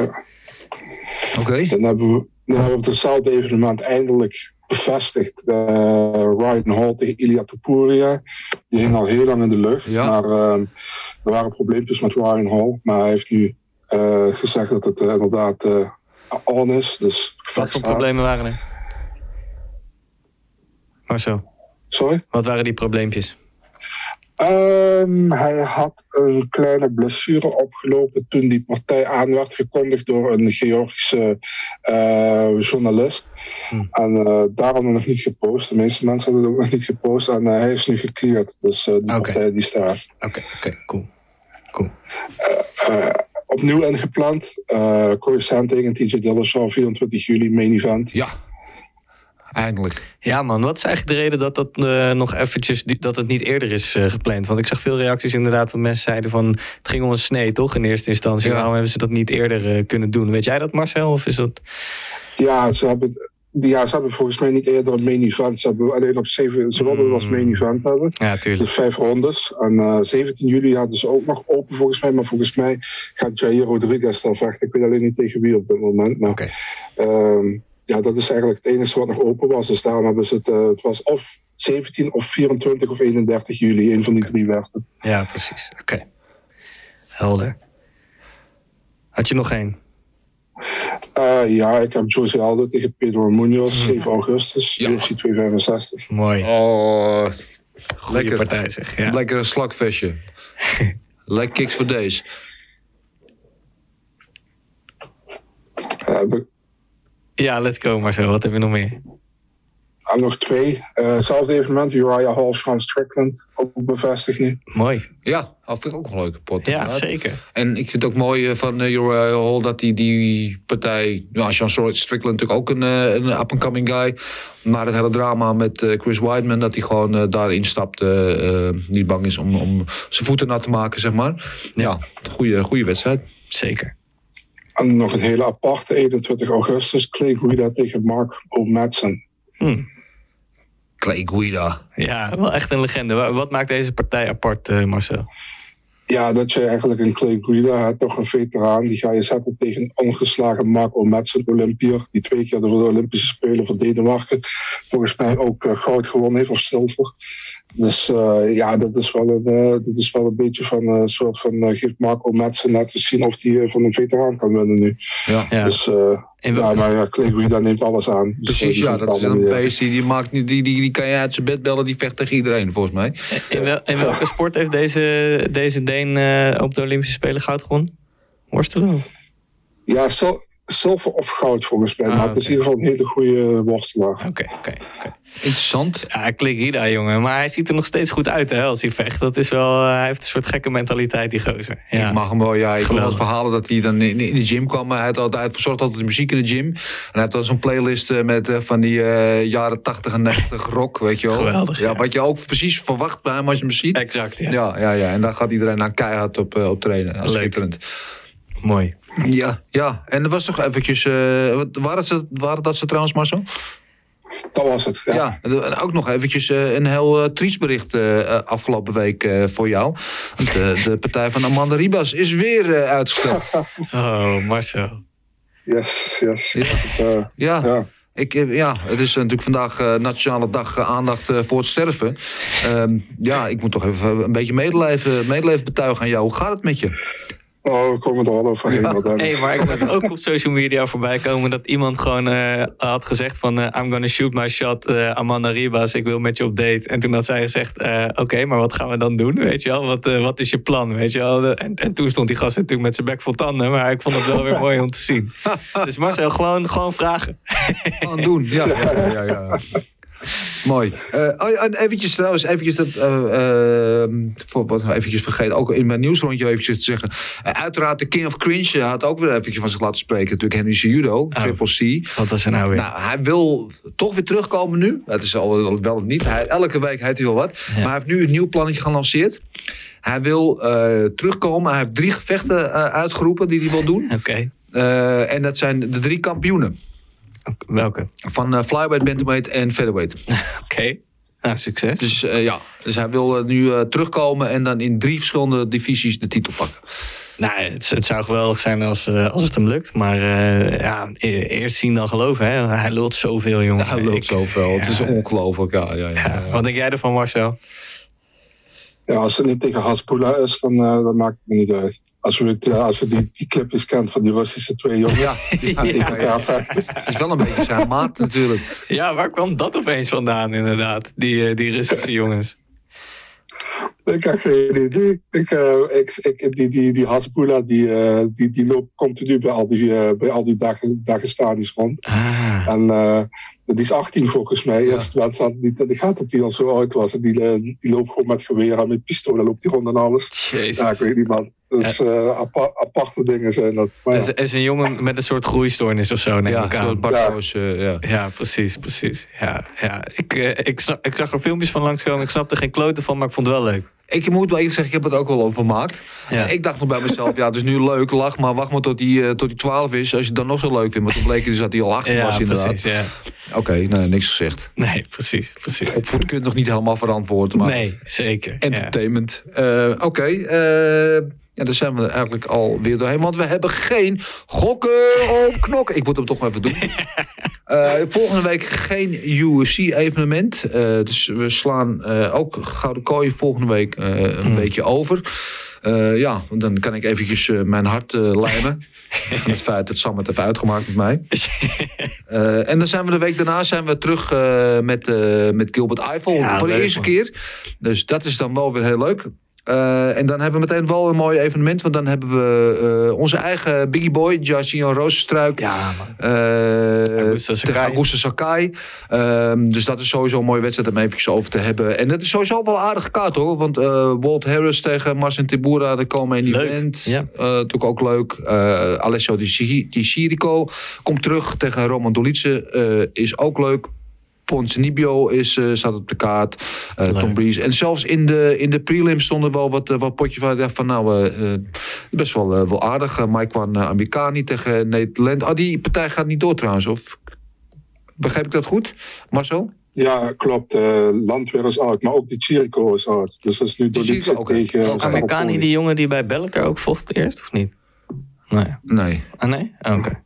[SPEAKER 7] Oké.
[SPEAKER 9] Dan hebben we op hetzelfde evenement eindelijk bevestigd. Ryan Hall tegen Ilia Topuria. Die hing al heel lang in de lucht. Ja. Maar er waren probleempjes met Ryan Hall. Maar hij heeft nu gezegd dat het inderdaad on is. Dus
[SPEAKER 8] wat voor problemen waren er? Marcel?
[SPEAKER 9] Sorry?
[SPEAKER 8] Wat waren die probleempjes?
[SPEAKER 9] Hij had een kleine blessure opgelopen toen die partij aan werd gekondigd door een Georgische journalist. En daarom nog niet gepost. De meeste mensen hebben het ook nog niet gepost. En hij is nu gecleared. Dus die partij die staat.
[SPEAKER 8] Oké, cool.
[SPEAKER 9] Opnieuw ingepland. Corey Sand tegen TJ Dillashaw 24 juli main event.
[SPEAKER 7] Ja. Eindelijk.
[SPEAKER 8] Ja man, wat is eigenlijk de reden dat nog eventjes dat het niet eerder is gepland? Want ik zag veel reacties inderdaad van mensen zeiden van het ging om een snee toch in eerste instantie. Waarom hebben ze dat niet eerder kunnen doen? Weet jij dat Marcel of is dat?
[SPEAKER 9] Ja, ze hebben volgens mij niet eerder een main event. Ze hebben alleen op 7, ze wilden als main event hebben.
[SPEAKER 8] Ja, tuurlijk.
[SPEAKER 9] Dus 5 rondes. En 17 juli hadden ze ook nog open volgens mij. Maar volgens mij gaat Jair Rodriguez dan vechten. Ik weet alleen niet tegen wie op dit moment. Maar, ja, dat is eigenlijk het enige wat nog open was. Dus daarom hebben ze het was of 17 of 24 of 31 juli. Een van die 3 werden.
[SPEAKER 8] Ja, precies. Oké. Helder. Had je nog één?
[SPEAKER 9] Ja, ik heb Jose Aldo tegen Pedro Munoz, 7 augustus, UFC 265.
[SPEAKER 8] Mooi.
[SPEAKER 7] Oh, lekker
[SPEAKER 8] partij zeg. Ja.
[SPEAKER 7] Lekker een slakvestje. Leg kicks for days.
[SPEAKER 8] Ja, let's go Marcel. Wat heb je nog meer?
[SPEAKER 9] En nog 2. Hetzelfde evenement, Uriah Hall, Sean Strickland. Ook bevestigd nu.
[SPEAKER 8] Mooi.
[SPEAKER 7] Ja, dat vind ik ook een leuke pot.
[SPEAKER 8] Ja,
[SPEAKER 7] inderdaad.
[SPEAKER 8] zeker.
[SPEAKER 7] En ik vind het ook mooi van Uriah Hall dat die partij... Ja, Sean Strickland natuurlijk ook een up-and-coming guy. Maar het hele drama met Chris Weidman, dat hij gewoon daarin stapt. Niet bang is om zijn voeten nat te maken, zeg maar. Ja, goede wedstrijd.
[SPEAKER 8] Zeker.
[SPEAKER 9] En nog een hele aparte, 21 augustus. Clay Guida tegen Mark O'Madsen.
[SPEAKER 7] Clay Guida.
[SPEAKER 8] Ja, wel echt een legende. Wat maakt deze partij apart, Marcel?
[SPEAKER 9] Ja, dat je eigenlijk een Clay Guida hebt, toch een veteraan. Die ga je zetten tegen een ongeslagen Mark O'Madsen, Olympier. Die 2 keer de Olympische Spelen voor Denemarken volgens mij ook goud gewonnen heeft of zilver. Dus dat is wel een beetje van een soort van geeft Mark O'Madsen net te zien of hij van een veteraan kan winnen nu.
[SPEAKER 7] Ja.
[SPEAKER 9] Dus maar Clay Guida neemt alles aan.
[SPEAKER 7] Precies,
[SPEAKER 9] dus,
[SPEAKER 7] dat is een beest die kan je uit zijn bed bellen, die vecht tegen iedereen volgens mij.
[SPEAKER 8] In welke sport heeft deze Deen op de Olympische Spelen goud gewonnen? Worstelen?
[SPEAKER 9] Ja, zilver of goud volgens mij. Maar het is in ieder geval een hele goede worstelaar.
[SPEAKER 8] Oké.
[SPEAKER 7] Interessant.
[SPEAKER 8] Ja, Clay Guida, jongen. Maar hij ziet er nog steeds goed uit als hij vecht. Dat is wel, hij heeft een soort gekke mentaliteit, die gozer. Ja.
[SPEAKER 7] Ik mag hem wel, ja. Ik hoor het verhalen dat hij dan in de gym kwam. Hij verzorgde altijd de muziek in de gym. En hij had dan zo'n playlist met van die jaren 80 en 90 rock, weet je wel.
[SPEAKER 8] Geweldig,
[SPEAKER 7] ja. Wat je ook precies verwacht bij hem als je hem ziet.
[SPEAKER 8] Exact, ja.
[SPEAKER 7] Ja. En daar gaat iedereen aan keihard op trainen. Dat is schitterend.
[SPEAKER 8] Mooi.
[SPEAKER 7] Ja. En er was toch eventjes... waren dat ze trouwens, Marcel?
[SPEAKER 9] Dat was het, ja.
[SPEAKER 7] En ook nog eventjes een heel triest bericht afgelopen week voor jou. Want, de partij van Amanda Ribas is weer uitgesteld.
[SPEAKER 8] Oh, Marcel.
[SPEAKER 9] Yes.
[SPEAKER 7] Ja. Het is natuurlijk vandaag Nationale Dag aandacht voor het sterven. Ik moet toch even een beetje medeleven betuigen aan jou. Hoe gaat het met je?
[SPEAKER 9] Oh, we komen er al overheen.
[SPEAKER 8] Maar ik zag ook op social media voorbij komen dat iemand gewoon had gezegd van I'm gonna shoot my shot, Amanda Ribas, ik wil met je op date. En toen had zij gezegd, oké, maar wat gaan we dan doen, weet je wel? Wat is je plan, weet je wel? En toen stond die gast natuurlijk met zijn bek vol tanden, maar ik vond het wel weer mooi om te zien. Dus Marcel, gewoon vragen.
[SPEAKER 7] Gewoon doen, ja. Mooi. Eventjes trouwens, eventjes vergeten, ook in mijn nieuwsrondje eventjes te zeggen. Uiteraard de King of Cringe had ook weer eventjes van zich laten spreken. Natuurlijk Henry Cejudo, Triple C.
[SPEAKER 8] Wat was er nou weer?
[SPEAKER 7] Nou, hij wil toch weer terugkomen nu. Dat is al wel of niet. Elke week heeft hij wel wat. Ja. Maar hij heeft nu een nieuw plannetje gelanceerd. Hij wil terugkomen. Hij heeft 3 gevechten uitgeroepen die hij wil doen.
[SPEAKER 8] Oké.
[SPEAKER 7] En dat zijn de 3 kampioenen.
[SPEAKER 8] Welke?
[SPEAKER 7] Van flyweight, bantamweight en featherweight.
[SPEAKER 8] Oké. Nou, succes.
[SPEAKER 7] Dus hij wil nu terugkomen en dan in 3 verschillende divisies de titel pakken.
[SPEAKER 8] Nou, het zou geweldig zijn als het hem lukt. Maar eerst zien dan geloven. Hè? Hij lult zoveel, jongen.
[SPEAKER 7] Hij lult zoveel. Het is ongelooflijk. Ja.
[SPEAKER 8] Wat denk jij ervan, Marcel?
[SPEAKER 9] Ja, als het niet tegen Hasbulla is, dan maakt het me niet uit. Als je die clipjes kent van die Russische 2 jongens.
[SPEAKER 7] Ja. Het is wel een beetje zijn maat natuurlijk.
[SPEAKER 8] Ja, waar kwam dat opeens vandaan inderdaad? Die Russische jongens.
[SPEAKER 9] Ik heb geen idee. Die Hasbulla die loopt continu bij al die Dagestani's rond. En die is 18 volgens mij. Die gaat dat hij al zo oud was. Die loopt gewoon met geweer en met pistolen loopt hij rond en alles.
[SPEAKER 8] Jezus.
[SPEAKER 9] Ja, ik weet niet, man. Dus aparte dingen zijn dat.
[SPEAKER 8] Het is een jongen met een soort groeistoornis of zo, neem ik aan. Ja, precies. Ja. Ik zag er filmpjes van langskomen. Ik snapte geen kloten van, maar ik vond het wel leuk.
[SPEAKER 7] Ik moet wel even zeggen, ik heb het ook wel over gemaakt. Ja. Ik dacht nog bij mezelf, het is nu leuk, lach, maar wacht maar tot die 12 is. Als je het dan nog zo leuk vindt. Maar toen bleek dus dat hij al 18 was inderdaad.
[SPEAKER 8] Precies, ja.
[SPEAKER 7] Oké, niks gezegd.
[SPEAKER 8] Nee, precies.
[SPEAKER 7] Opvoeden kun je nog niet helemaal verantwoorden. Maar
[SPEAKER 8] nee, zeker.
[SPEAKER 7] Entertainment. Daar zijn we er eigenlijk alweer doorheen. Want we hebben geen gokken op knokken. Ik moet hem toch maar even doen. Volgende week geen UFC-evenement. Dus we slaan ook Gouden Kooi volgende week een beetje over. Dan kan ik eventjes mijn hart lijmen. Van het feit dat Sam het heeft uitgemaakt met mij. En dan zijn we de week daarna terug met Gilbert Eiffel. Voor de eerste keer. Dus dat is dan wel weer heel leuk. En dan hebben we meteen wel een mooi evenement. Want dan hebben we onze eigen Biggie Boy, Giorgio Rozenstruik.
[SPEAKER 8] Ja, man.
[SPEAKER 7] Tegen Augusto Sakai. Dus dat is sowieso een mooie wedstrijd om even over te hebben. En dat is sowieso wel een aardige kaart hoor. Want Walt Harris tegen Marcin Tibura, de komen in die event. Ja. Natuurlijk ook leuk. Alessio Di Sirico komt terug tegen Roman Dolidze. Is ook leuk. Ponzinibbio staat op de kaart. Tom Breeze. En zelfs in de prelims stonden wel wat potjes waar ik dacht van best wel aardig. Maikwan Amikani tegen Nederland. Die partij gaat niet door trouwens. Of begrijp ik dat goed, Marcel?
[SPEAKER 9] Ja, klopt. Landweer is uit, maar ook die Chirico is uit. Dus dat is nu door die tegen...
[SPEAKER 8] Amikani, die jongen die bij Bellator ook vocht eerst, of niet? Nee. Ah, nee? Oh, oké.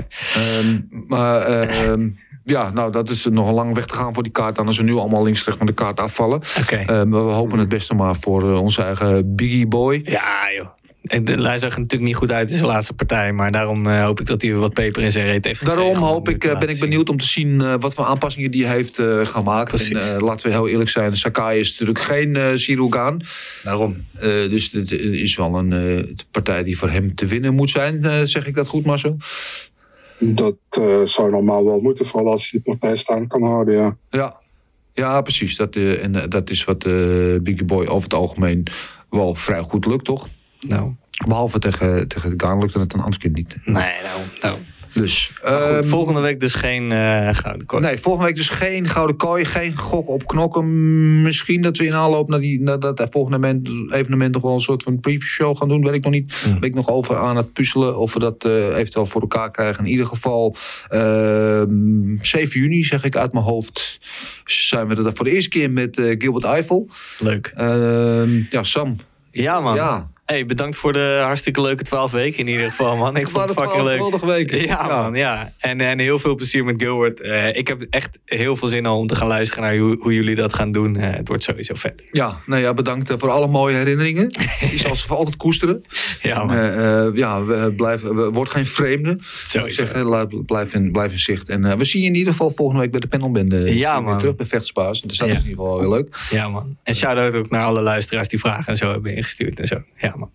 [SPEAKER 7] Ja, nou, dat is nog een lange weg te gaan voor die kaart. Dan als we nu allemaal links-rechts van de kaart afvallen.
[SPEAKER 8] Okay.
[SPEAKER 7] We hopen het beste maar voor onze eigen Biggie Boy.
[SPEAKER 8] Ja, joh. Hij zag er natuurlijk niet goed uit in zijn laatste partij. Maar daarom hoop ik dat hij wat peper in zijn reet heeft gekregen.
[SPEAKER 7] Daarom ben ik benieuwd om te zien wat voor aanpassingen die heeft gemaakt. En laten we heel eerlijk zijn. Sakai is natuurlijk geen Ciryl.
[SPEAKER 8] Daarom.
[SPEAKER 7] Dus het is wel een partij die voor hem te winnen moet zijn. Zeg ik dat goed, Marcel?
[SPEAKER 9] Dat zou normaal wel moeten, vooral als hij de partij staan kan houden, ja.
[SPEAKER 7] Ja, precies. Dat is wat Biggie Boy over het algemeen wel vrij goed lukt, toch?
[SPEAKER 8] Nou.
[SPEAKER 7] Behalve tegen de Gaan lukte het een anders kind niet.
[SPEAKER 8] Nee, nou. Dus, goed, volgende week dus geen gouden kooi.
[SPEAKER 7] Nee, volgende week dus geen gouden kooi. Geen gok op knokken. Misschien dat we in aanloop naar dat volgende evenement nog wel een soort van preview show gaan doen. Weet ik nog niet. Ben ik nog over aan het puzzelen of we dat eventueel voor elkaar krijgen. In ieder geval 7 juni, zeg ik uit mijn hoofd, zijn we er voor de eerste keer met Gilbert Eiffel.
[SPEAKER 8] Leuk.
[SPEAKER 7] Sam.
[SPEAKER 8] Ja, man.
[SPEAKER 7] Ja.
[SPEAKER 8] Hey, bedankt voor de hartstikke leuke 12 weken in ieder geval, man. Ik vond het fucking leuk.
[SPEAKER 7] Geweldige weken.
[SPEAKER 8] Ja, man, ja. En heel veel plezier met Gilbert. Ik heb echt heel veel zin al om te gaan luisteren naar hoe jullie dat gaan doen. Het wordt sowieso vet.
[SPEAKER 7] Ja, bedankt voor alle mooie herinneringen. Die zal ze voor altijd koesteren.
[SPEAKER 8] Ja, man.
[SPEAKER 7] Word geen vreemde. Blijf in zicht. En we zien je in ieder geval volgende week bij de panelbende.
[SPEAKER 8] Ja, man.
[SPEAKER 7] Terug bij Vechtersbaas. Dus dat is in ieder geval heel leuk.
[SPEAKER 8] Ja, man. En shout-out ook naar alle luisteraars die vragen en zo hebben ingestuurd en zo. Ja, man.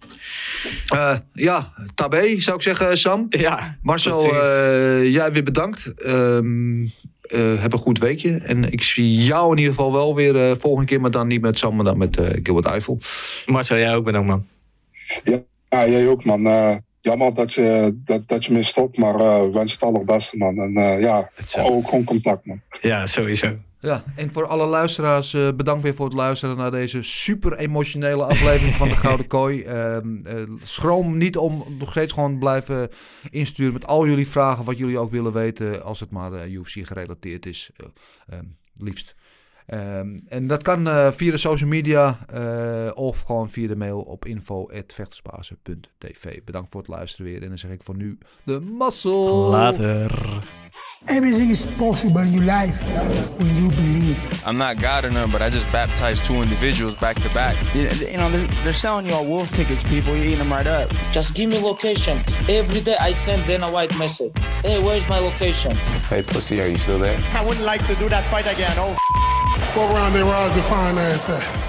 [SPEAKER 7] Tabé zou ik zeggen, Sam.
[SPEAKER 8] Ja,
[SPEAKER 7] Marcel, jij weer bedankt. Heb een goed weekje. En ik zie jou in ieder geval wel weer volgende keer, maar dan niet met Sam, maar dan met Gilbert Eiffel.
[SPEAKER 8] Marcel, jij ook bedankt, man.
[SPEAKER 9] Ja, jij ook, man. Jammer dat je mee stopt, maar wens het allerbeste, man. En ook gewoon contact, man.
[SPEAKER 8] Ja, sowieso.
[SPEAKER 7] Ja, en voor alle luisteraars, bedankt weer voor het luisteren naar deze super emotionele aflevering van de Gouden Kooi. Schroom niet om nog steeds gewoon blijven insturen met al jullie vragen, wat jullie ook willen weten, als het maar UFC gerelateerd is, liefst. En dat kan via de social media of gewoon via de mail op info@vechtersbazen.tv. Bedankt voor het luisteren weer en dan zeg ik voor nu de mazzel.
[SPEAKER 8] Later.
[SPEAKER 10] Everything is possible in your life when you believe.
[SPEAKER 11] I'm not God or none, but I just baptized 2 individuals back to back.
[SPEAKER 3] They're selling you all wolf tickets, people. You're eating them right up.
[SPEAKER 12] Just give me location. Every day I send Dana White message. Hey, where's my location?
[SPEAKER 11] Hey, pussy, are you still there?
[SPEAKER 10] I wouldn't like to do that fight again. Oh,
[SPEAKER 2] Go around there, Roz, and find that.